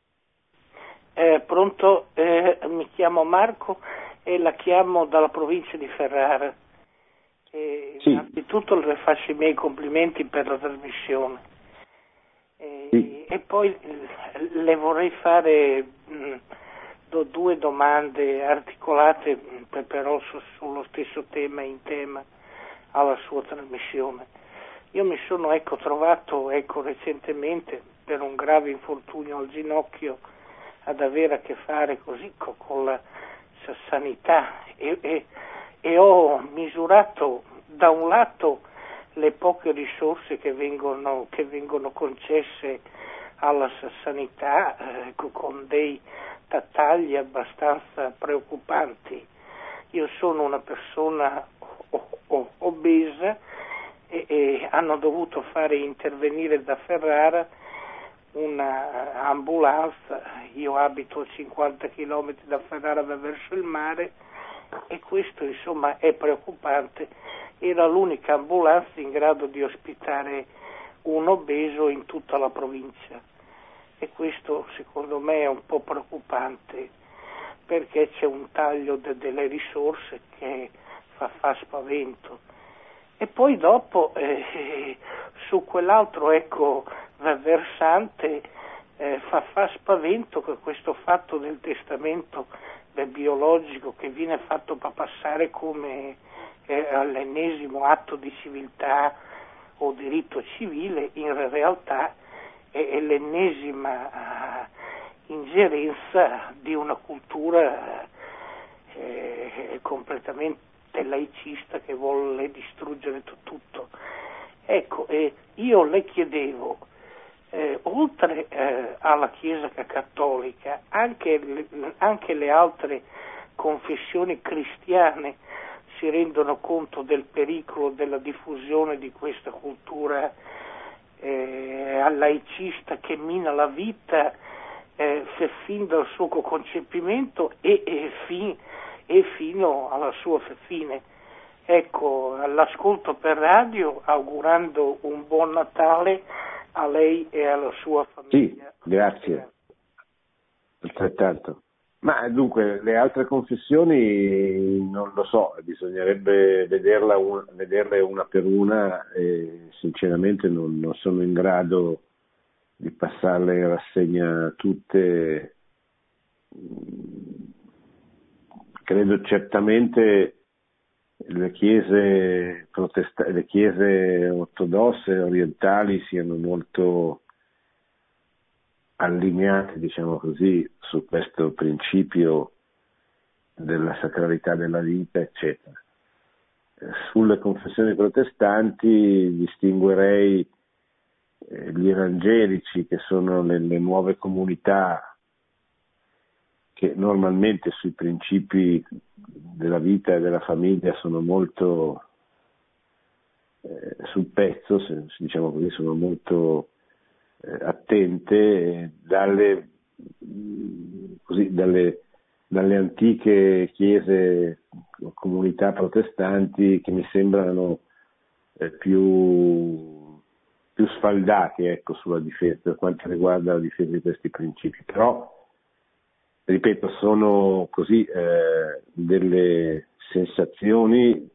Eh, pronto, eh, mi chiamo Marco e la chiamo dalla provincia di Ferrara. Eh, sì. Innanzitutto le faccio i miei complimenti per la trasmissione. Eh, sì. E poi le vorrei fare mh, do due domande articolate però su, sullo stesso tema, in tema alla sua trasmissione. Io mi sono ecco trovato ecco recentemente per un grave infortunio al ginocchio ad avere a che fare così con, con la sanità e, e, e ho misurato da un lato le poche risorse che vengono, che vengono concesse alla sanità, ecco, con dei tagli abbastanza preoccupanti. Io sono una persona o, o, obesa e, e hanno dovuto fare intervenire da Ferrara una ambulanza. Io abito a cinquanta chilometri da Ferrara verso il mare e questo insomma è preoccupante. Era l'unica ambulanza in grado di ospitare un obeso in tutta la provincia e questo secondo me è un po' preoccupante perché c'è un taglio de- delle risorse che fa, fa spavento. E poi dopo eh, su quell'altro ecco versante eh, fa, fa spavento che questo fatto del testamento del biologico che viene fatto pa- passare come eh, l'ennesimo atto di civiltà o diritto civile in realtà è, è l'ennesima uh, ingerenza di una cultura eh, completamente laicista che vuole distruggere t- tutto. Ecco, eh, io le chiedevo, eh, oltre eh, alla Chiesa cattolica, anche le, anche le altre confessioni cristiane si rendono conto del pericolo della diffusione di questa cultura eh, laicista che mina la vita eh, fin dal suo concepimento e, e, fin, e fino alla sua fine. Ecco, l'ascolto per radio augurando un buon Natale a lei e alla sua famiglia. Sì, grazie. Altrettanto. Ma dunque, le altre confessioni non lo so, bisognerebbe vederla una, vederle una per una e sinceramente non, non sono in grado di passarle in rassegna tutte. Credo certamente le chiese protesta- le chiese ortodosse orientali siano molto allineate, diciamo così, su questo principio della sacralità della vita, eccetera. Sulle confessioni protestanti distinguerei eh, gli evangelici, che sono le, le nuove comunità che normalmente sui principi della vita e della famiglia sono molto eh, sul pezzo, se, diciamo così, sono molto eh, attente dalle, così, dalle, dalle antiche chiese o comunità protestanti che mi sembrano eh, più, più sfaldati, ecco, sulla difesa, per quanto riguarda la difesa di questi principi. Però ripeto, sono così eh, delle sensazioni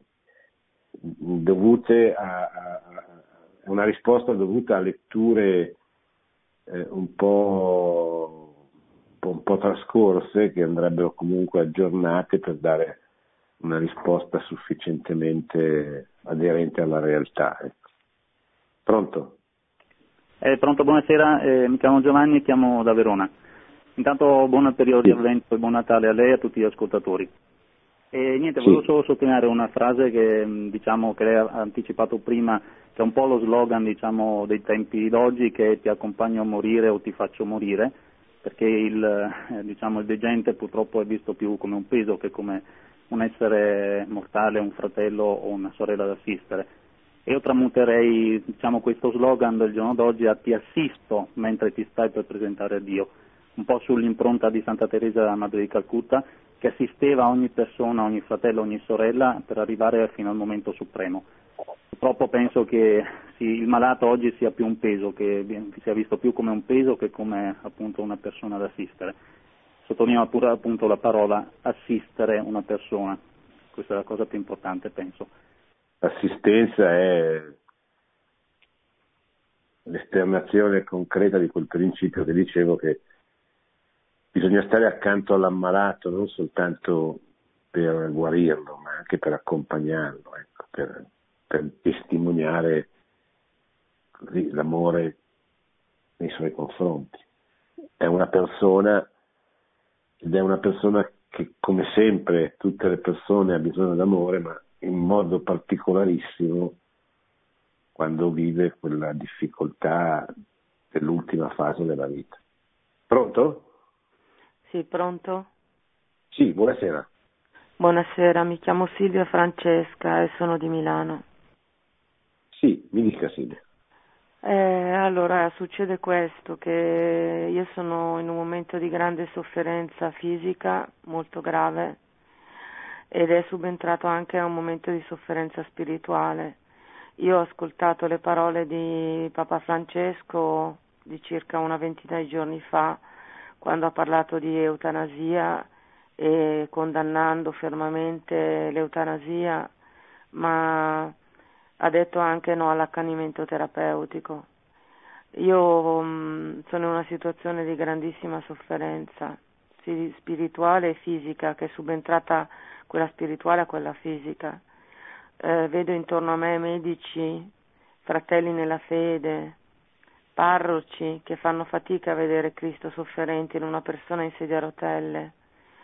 dovute a, a, a una risposta dovuta a letture eh, un po', un po', un po' trascorse, che andrebbero comunque aggiornate per dare una risposta sufficientemente aderente alla realtà. Ecco. Pronto? Eh, pronto, buonasera, eh, mi chiamo Giovanni e chiamo da Verona. Intanto buon periodo di avvento e buon Natale a lei e a tutti gli ascoltatori. E niente, Sì. volevo solo sottolineare una frase che diciamo che lei ha anticipato prima, che è un po' lo slogan diciamo dei tempi d'oggi, che ti accompagno a morire o ti faccio morire, perché il, eh, diciamo, il degente purtroppo è visto più come un peso che come un essere mortale, un fratello o una sorella da assistere. E io tramuterei diciamo questo slogan del giorno d'oggi a ti assisto mentre ti stai per presentare a Dio, un po' sull'impronta di Santa Teresa Madre di Calcutta, che assisteva ogni persona, ogni fratello, ogni sorella per arrivare fino al momento supremo. Purtroppo penso che sì, il malato oggi sia più un peso, che, che sia visto più come un peso che come appunto una persona da assistere. Sottolineo pure appunto la parola assistere una persona, questa è la cosa più importante, penso. L'assistenza è l'esternazione concreta di quel principio che dicevo, che bisogna stare accanto all'ammalato non soltanto per guarirlo, ma anche per accompagnarlo, ecco, per, per testimoniare così l'amore nei suoi confronti. È una persona, ed è una persona che, come sempre, tutte le persone hanno bisogno d'amore, ma in modo particolarissimo quando vive quella difficoltà dell'ultima fase della vita. Pronto? Sì, pronto? Sì, buonasera. Buonasera, mi chiamo Silvia Francesca e sono di Milano. Sì, mi dica Silvia. Eh, allora, succede questo, che io sono in un momento di grande sofferenza fisica, molto grave, ed è subentrato anche un momento di sofferenza spirituale. Io ho ascoltato le parole di Papa Francesco di circa una ventina di giorni fa, quando ha parlato di eutanasia e condannando fermamente l'eutanasia, ma ha detto anche no all'accanimento terapeutico. Io mh, sono in una situazione di grandissima sofferenza spirituale e fisica, che è subentrata quella spirituale a quella fisica. Eh, vedo intorno a me medici, fratelli nella fede, parroci che fanno fatica a vedere Cristo sofferente in una persona in sedia a rotelle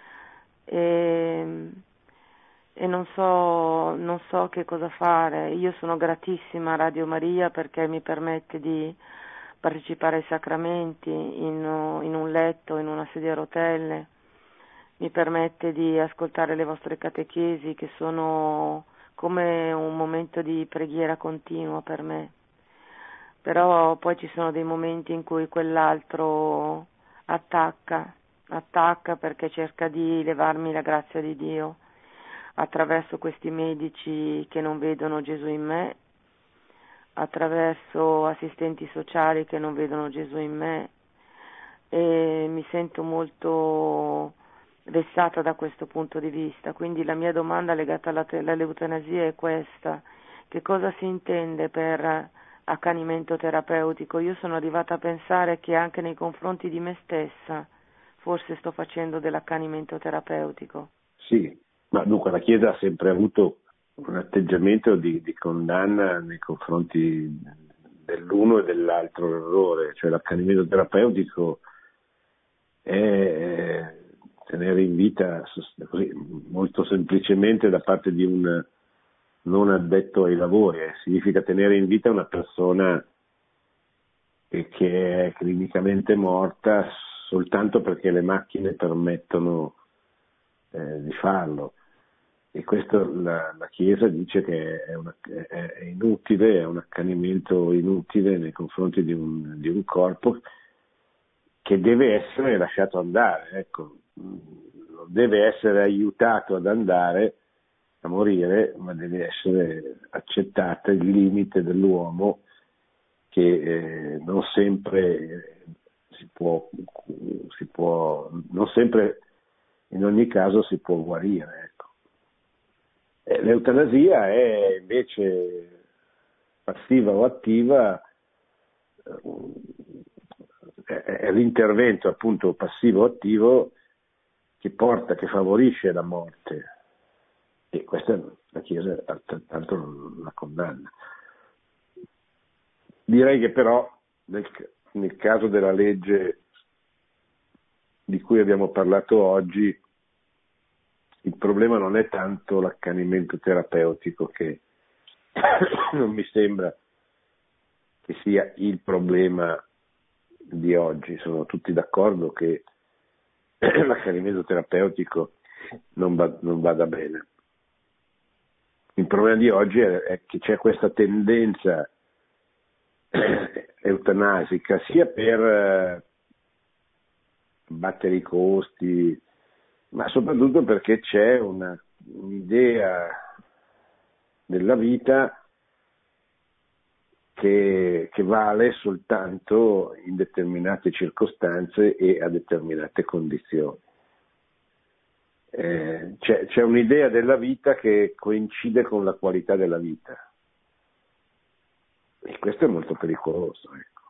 e, e non so, non so che cosa fare. Io sono gratissima a Radio Maria perché mi permette di partecipare ai sacramenti in, in un letto, in una sedia a rotelle, mi permette di ascoltare le vostre catechesi, che sono come un momento di preghiera continua per me. Però poi ci sono dei momenti in cui quell'altro attacca, attacca perché cerca di levarmi la grazia di Dio attraverso questi medici che non vedono Gesù in me, attraverso assistenti sociali che non vedono Gesù in me, e mi sento molto vessata da questo punto di vista. Quindi la mia domanda legata alla, all'eutanasia è questa: che cosa si intende per accanimento terapeutico? Io sono arrivata a pensare che anche nei confronti di me stessa forse sto facendo dell'accanimento terapeutico. Sì, ma dunque la Chiesa ha sempre avuto un atteggiamento di, di condanna nei confronti dell'uno e dell'altro errore, cioè l'accanimento terapeutico è tenere in vita, così, molto semplicemente da parte di un non addetto ai lavori, eh. significa tenere in vita una persona che è clinicamente morta soltanto perché le macchine permettono eh, di farlo. E questo la, la Chiesa dice che è, una, è, è inutile, è un accanimento inutile nei confronti di un, di un corpo che deve essere lasciato andare, ecco, deve essere aiutato ad andare a morire, ma deve essere accettato il limite dell'uomo che eh, non sempre si può, si può, non sempre, in ogni caso si può guarire, ecco. Eh, l'eutanasia è invece passiva o attiva, eh, è l'intervento appunto passivo o attivo che porta, che favorisce la morte, e questa la Chiesa altrettanto non la condanna. Direi che però nel, nel caso della legge di cui abbiamo parlato oggi, il problema non è tanto l'accanimento terapeutico, che non mi sembra che sia il problema di oggi. Sono tutti d'accordo che l'accanimento terapeutico non, va, non vada bene. Il problema di oggi è, è che c'è questa tendenza eutanasica sia per abbattere i costi, ma soprattutto perché c'è una, un'idea della vita che, che vale soltanto in determinate circostanze e a determinate condizioni. Eh, c'è, c'è un'idea della vita che coincide con la qualità della vita, e questo è molto pericoloso, ecco.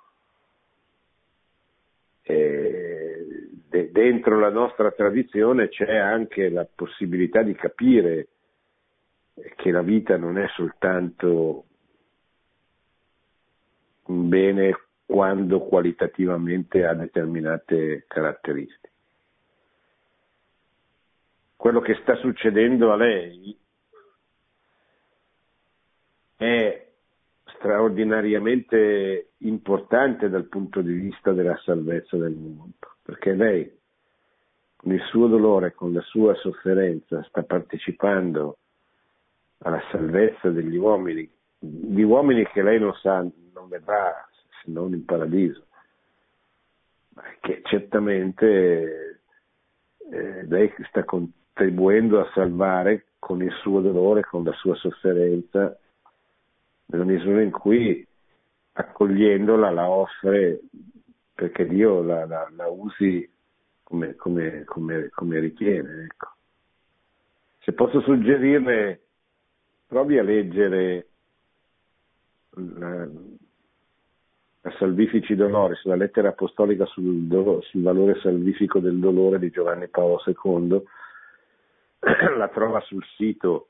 E de- dentro la nostra tradizione c'è anche la possibilità di capire che la vita non è soltanto un bene quando qualitativamente ha determinate caratteristiche. Quello che sta succedendo a lei è straordinariamente importante dal punto di vista della salvezza del mondo, perché lei con il suo dolore, con la sua sofferenza, sta partecipando alla salvezza degli uomini, di uomini che lei non sa, non vedrà se non in paradiso, ma che certamente eh, lei sta contribuendo a salvare con il suo dolore, con la sua sofferenza, nella misura in cui accogliendola la offre perché Dio la, la, la usi come, come, come, come ritiene, ecco. Se posso suggerirle, provi a leggere la, la Salvifici Doloris, la lettera apostolica sul, do, sul valore salvifico del dolore di Giovanni Paolo secondo, la trova sul sito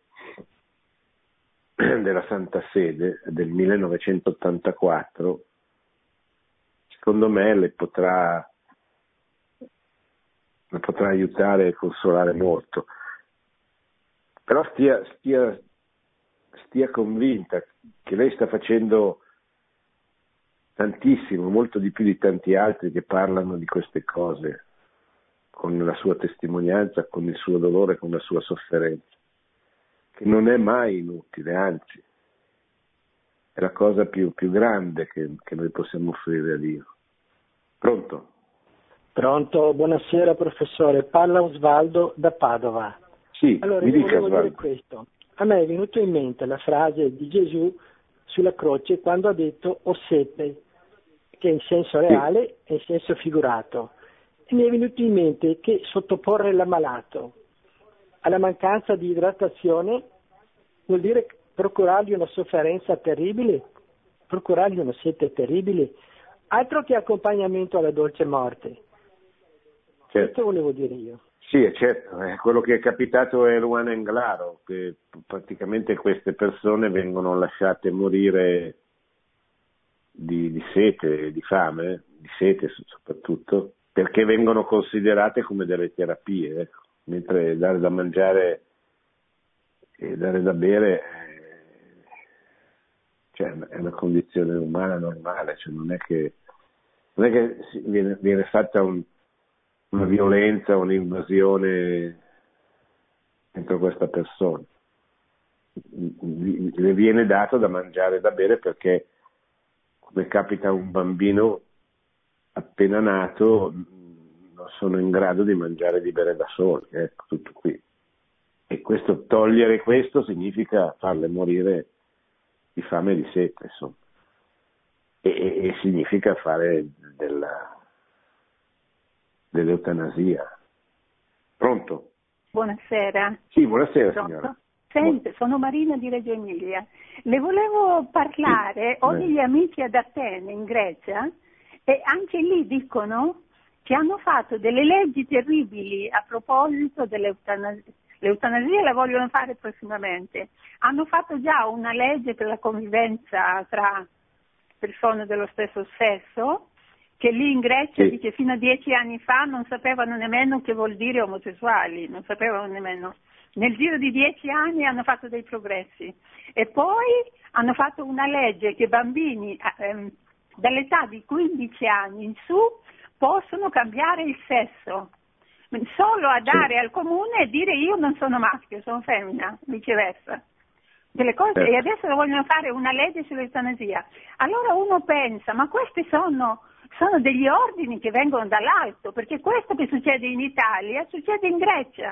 della Santa Sede del millenovecentottantaquattro, secondo me le potrà, le potrà aiutare e consolare molto. Però stia, stia, stia convinta che lei sta facendo tantissimo, molto di più di tanti altri che parlano di queste cose, con la sua testimonianza, con il suo dolore, con la sua sofferenza, che non è mai inutile, anzi, è la cosa più, più grande che, che noi possiamo offrire a Dio. Pronto? Pronto, buonasera professore, parla Osvaldo da Padova. Sì, allora, mi io dica volevo dire Osvaldo. questo. A me è venuto in mente la frase di Gesù sulla croce quando ha detto ho sete, che è in senso reale e in senso figurato. E mi è venuto in mente che sottoporre l'ammalato alla mancanza di idratazione vuol dire procurargli una sofferenza terribile, procurargli una sete terribile, altro che accompagnamento alla dolce morte. Certo. Questo volevo dire io. Sì, è certo, eh, quello che è capitato è Eluana Englaro, che praticamente queste persone vengono lasciate morire di, di sete, di fame, di sete soprattutto, perché vengono considerate come delle terapie, ecco. Mentre dare da mangiare e dare da bere eh, cioè, è una condizione umana normale, cioè non è che, non è che viene, viene fatta un una violenza, un'invasione dentro questa persona. Le viene dato da mangiare e da bere perché, come capita a un bambino appena nato, non sono in grado di mangiare e di bere da soli, ecco, tutto qui. E questo, togliere questo significa farle morire di fame e di sete, insomma. E, e, e significa fare della dell'eutanasia. Pronto? Buonasera. Sì, buonasera Pronto? signora. Sente, sono Marina di Reggio Emilia. Le volevo parlare, sì. ho Beh. degli amici ad Atene, in Grecia, e anche lì dicono che hanno fatto delle leggi terribili a proposito dell'eutanasia. L'eutanasia la vogliono fare prossimamente. Hanno fatto già una legge per la convivenza tra persone dello stesso sesso, che lì in Grecia sì. dice fino a dieci anni fa non sapevano nemmeno che vuol dire omosessuali, non sapevano nemmeno. Nel giro di dieci anni hanno fatto dei progressi e poi hanno fatto una legge che bambini ehm, dall'età di quindici anni in su possono cambiare il sesso, solo a dare sì. al comune e dire io non sono maschio, sono femmina, viceversa. Delle cose, certo. E adesso vogliono fare una legge sull'eutanasia. Allora uno pensa, ma questi sono... sono degli ordini che vengono dall'alto, perché questo che succede in Italia succede in Grecia.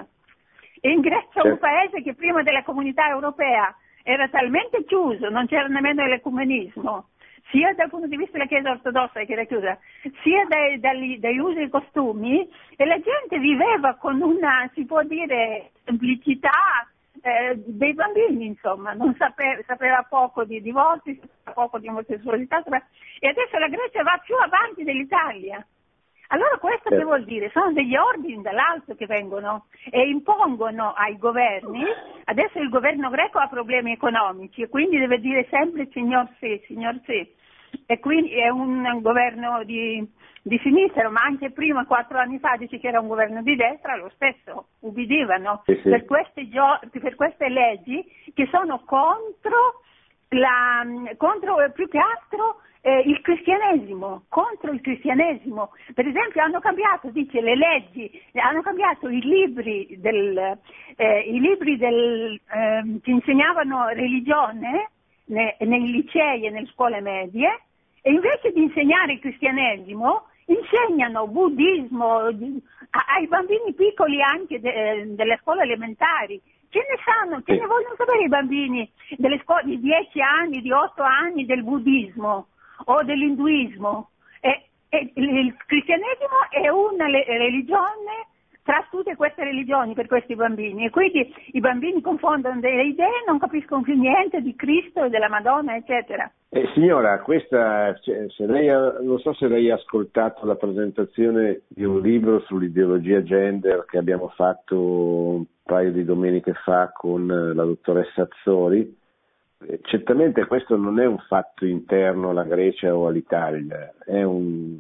E in Grecia certo. un paese che prima della comunità europea era talmente chiuso, non c'era nemmeno l'ecumenismo, sia dal punto di vista della Chiesa ortodossa che era chiusa, sia dai, dagli, dagli usi e costumi, e la gente viveva con una, si può dire, semplicità eh, dei bambini, insomma, non sapeva, sapeva poco di divorzi, sapeva poco di omosessualità, e adesso la Grecia va più avanti dell'Italia. Allora questo che vuol dire? Sono degli ordini dall'alto che vengono e impongono ai governi. Adesso il governo greco ha problemi economici e quindi deve dire sempre signor sì, signor sì. E quindi è un governo di, di sinistra, ma anche prima, quattro anni fa, dice che era un governo di destra, lo stesso, ubbidivano sì, sì. Per, queste gio- per queste leggi che sono contro, la, contro più che altro Eh, il cristianesimo, contro il cristianesimo. Per esempio hanno cambiato, dice, le leggi, hanno cambiato i libri del, eh, i libri del, eh, che insegnavano religione ne, nei licei e nelle scuole medie, e invece di insegnare il cristianesimo insegnano buddismo a, ai bambini piccoli anche de, delle scuole elementari. Che ne sanno, che ne vogliono sapere i bambini delle scuole di dieci anni, di otto anni del buddismo o dell'induismo? E, e il cristianesimo è una le, religione tra tutte queste religioni per questi bambini, e quindi i bambini confondono delle idee, non capiscono più niente di Cristo e della Madonna, eccetera. Eh, signora, questa, cioè, se lei ha, non so se lei ha ascoltato la presentazione di un libro sull'ideologia gender che abbiamo fatto un paio di domeniche fa con la dottoressa Azzori. Eh, certamente questo non è un fatto interno alla Grecia o all'Italia, è un,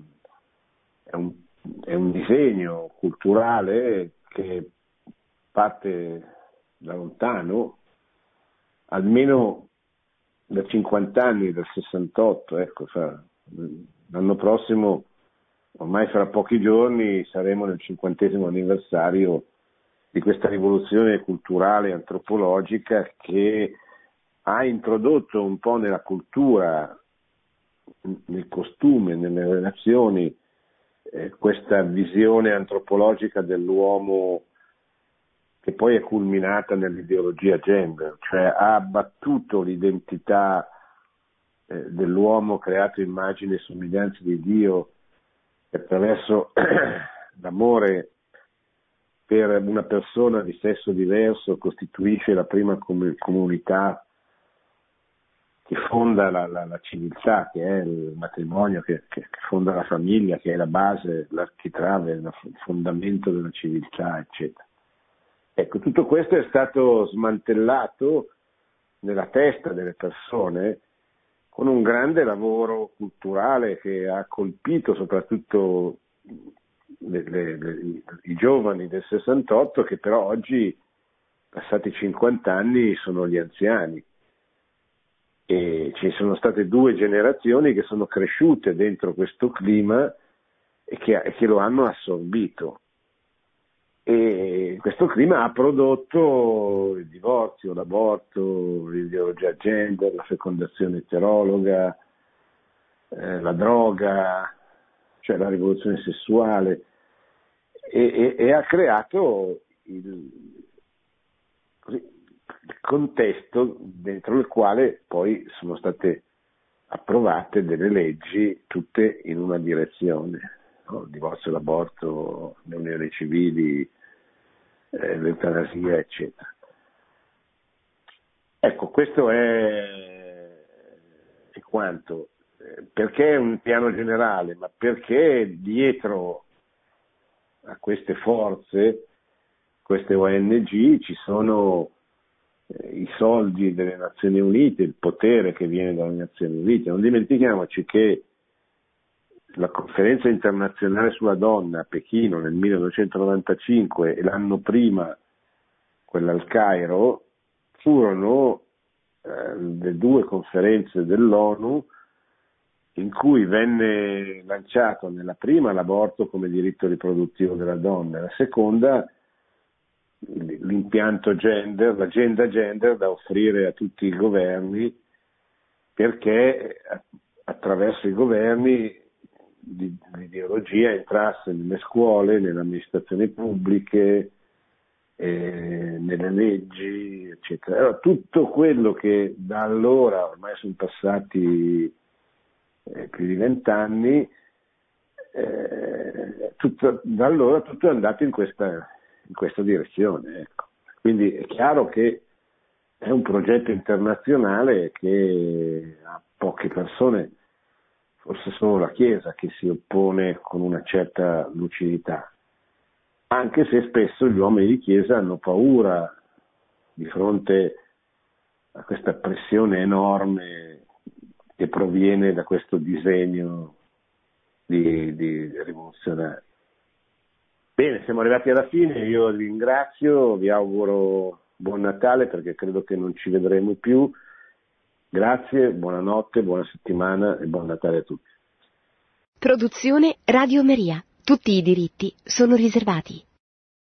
è un, è un disegno culturale che parte da lontano, almeno da cinquanta anni, dal sessantotto, ecco, fra, l'anno prossimo, ormai fra pochi giorni, saremo nel cinquantesimo anniversario di questa rivoluzione culturale e antropologica che ha introdotto un po' nella cultura, nel costume, nelle relazioni, eh, questa visione antropologica dell'uomo che poi è culminata nell'ideologia gender, cioè ha abbattuto l'identità eh, dell'uomo creato immagine e somiglianza di Dio attraverso l'amore per una persona di sesso diverso costituisce la prima com- comunità che fonda la, la, la civiltà, che è il matrimonio, che, che, che fonda la famiglia, che è la base, l'architrave, il fondamento della civiltà, eccetera. Ecco, tutto questo è stato smantellato nella testa delle persone con un grande lavoro culturale che ha colpito soprattutto le, le, le, i giovani del sessantotto, che però oggi, passati cinquanta anni, sono gli anziani. E ci sono state due generazioni che sono cresciute dentro questo clima e che, e che lo hanno assorbito. E questo clima ha prodotto il divorzio, l'aborto, l'ideologia gender, la fecondazione eterologa, eh, la droga, cioè la rivoluzione sessuale, e, e, e ha creato il, così, il contesto dentro il quale poi sono state approvate delle leggi tutte in una direzione, no? Il divorzio, l'aborto, le unioni civili, eh, l'eutanasia, eccetera. Ecco, questo è, è quanto. Perché è un piano generale? Ma perché dietro a queste forze, queste O N G, ci sono eh, i soldi delle Nazioni Unite, il potere che viene dalle Nazioni Unite. Non dimentichiamoci che la conferenza internazionale sulla donna a Pechino nel millenovecentonovantacinque e l'anno prima quella al Cairo furono eh, le due conferenze dell'ONU in cui venne lanciato nella prima l'aborto come diritto riproduttivo della donna, la seconda l'impianto gender, l'agenda gender da offrire a tutti i governi, perché attraverso i governi l'ideologia entrasse nelle scuole, nelle amministrazioni pubbliche, eh, nelle leggi, eccetera. Allora, tutto quello che da allora, ormai sono passati eh, più di vent'anni, eh, tutto, da allora tutto è andato in questa, in questa direzione. Ecco. Quindi è chiaro che è un progetto internazionale che ha poche persone, forse solo la Chiesa, che si oppone con una certa lucidità, anche se spesso gli uomini di Chiesa hanno paura di fronte a questa pressione enorme che proviene da questo disegno di, di rivoluzionario. Bene, siamo arrivati alla fine, io vi ringrazio, vi auguro buon Natale perché credo che non ci vedremo più. Grazie, buonanotte, buona settimana e buon Natale a tutti. Produzione Radio Maria. Tutti i diritti sono riservati.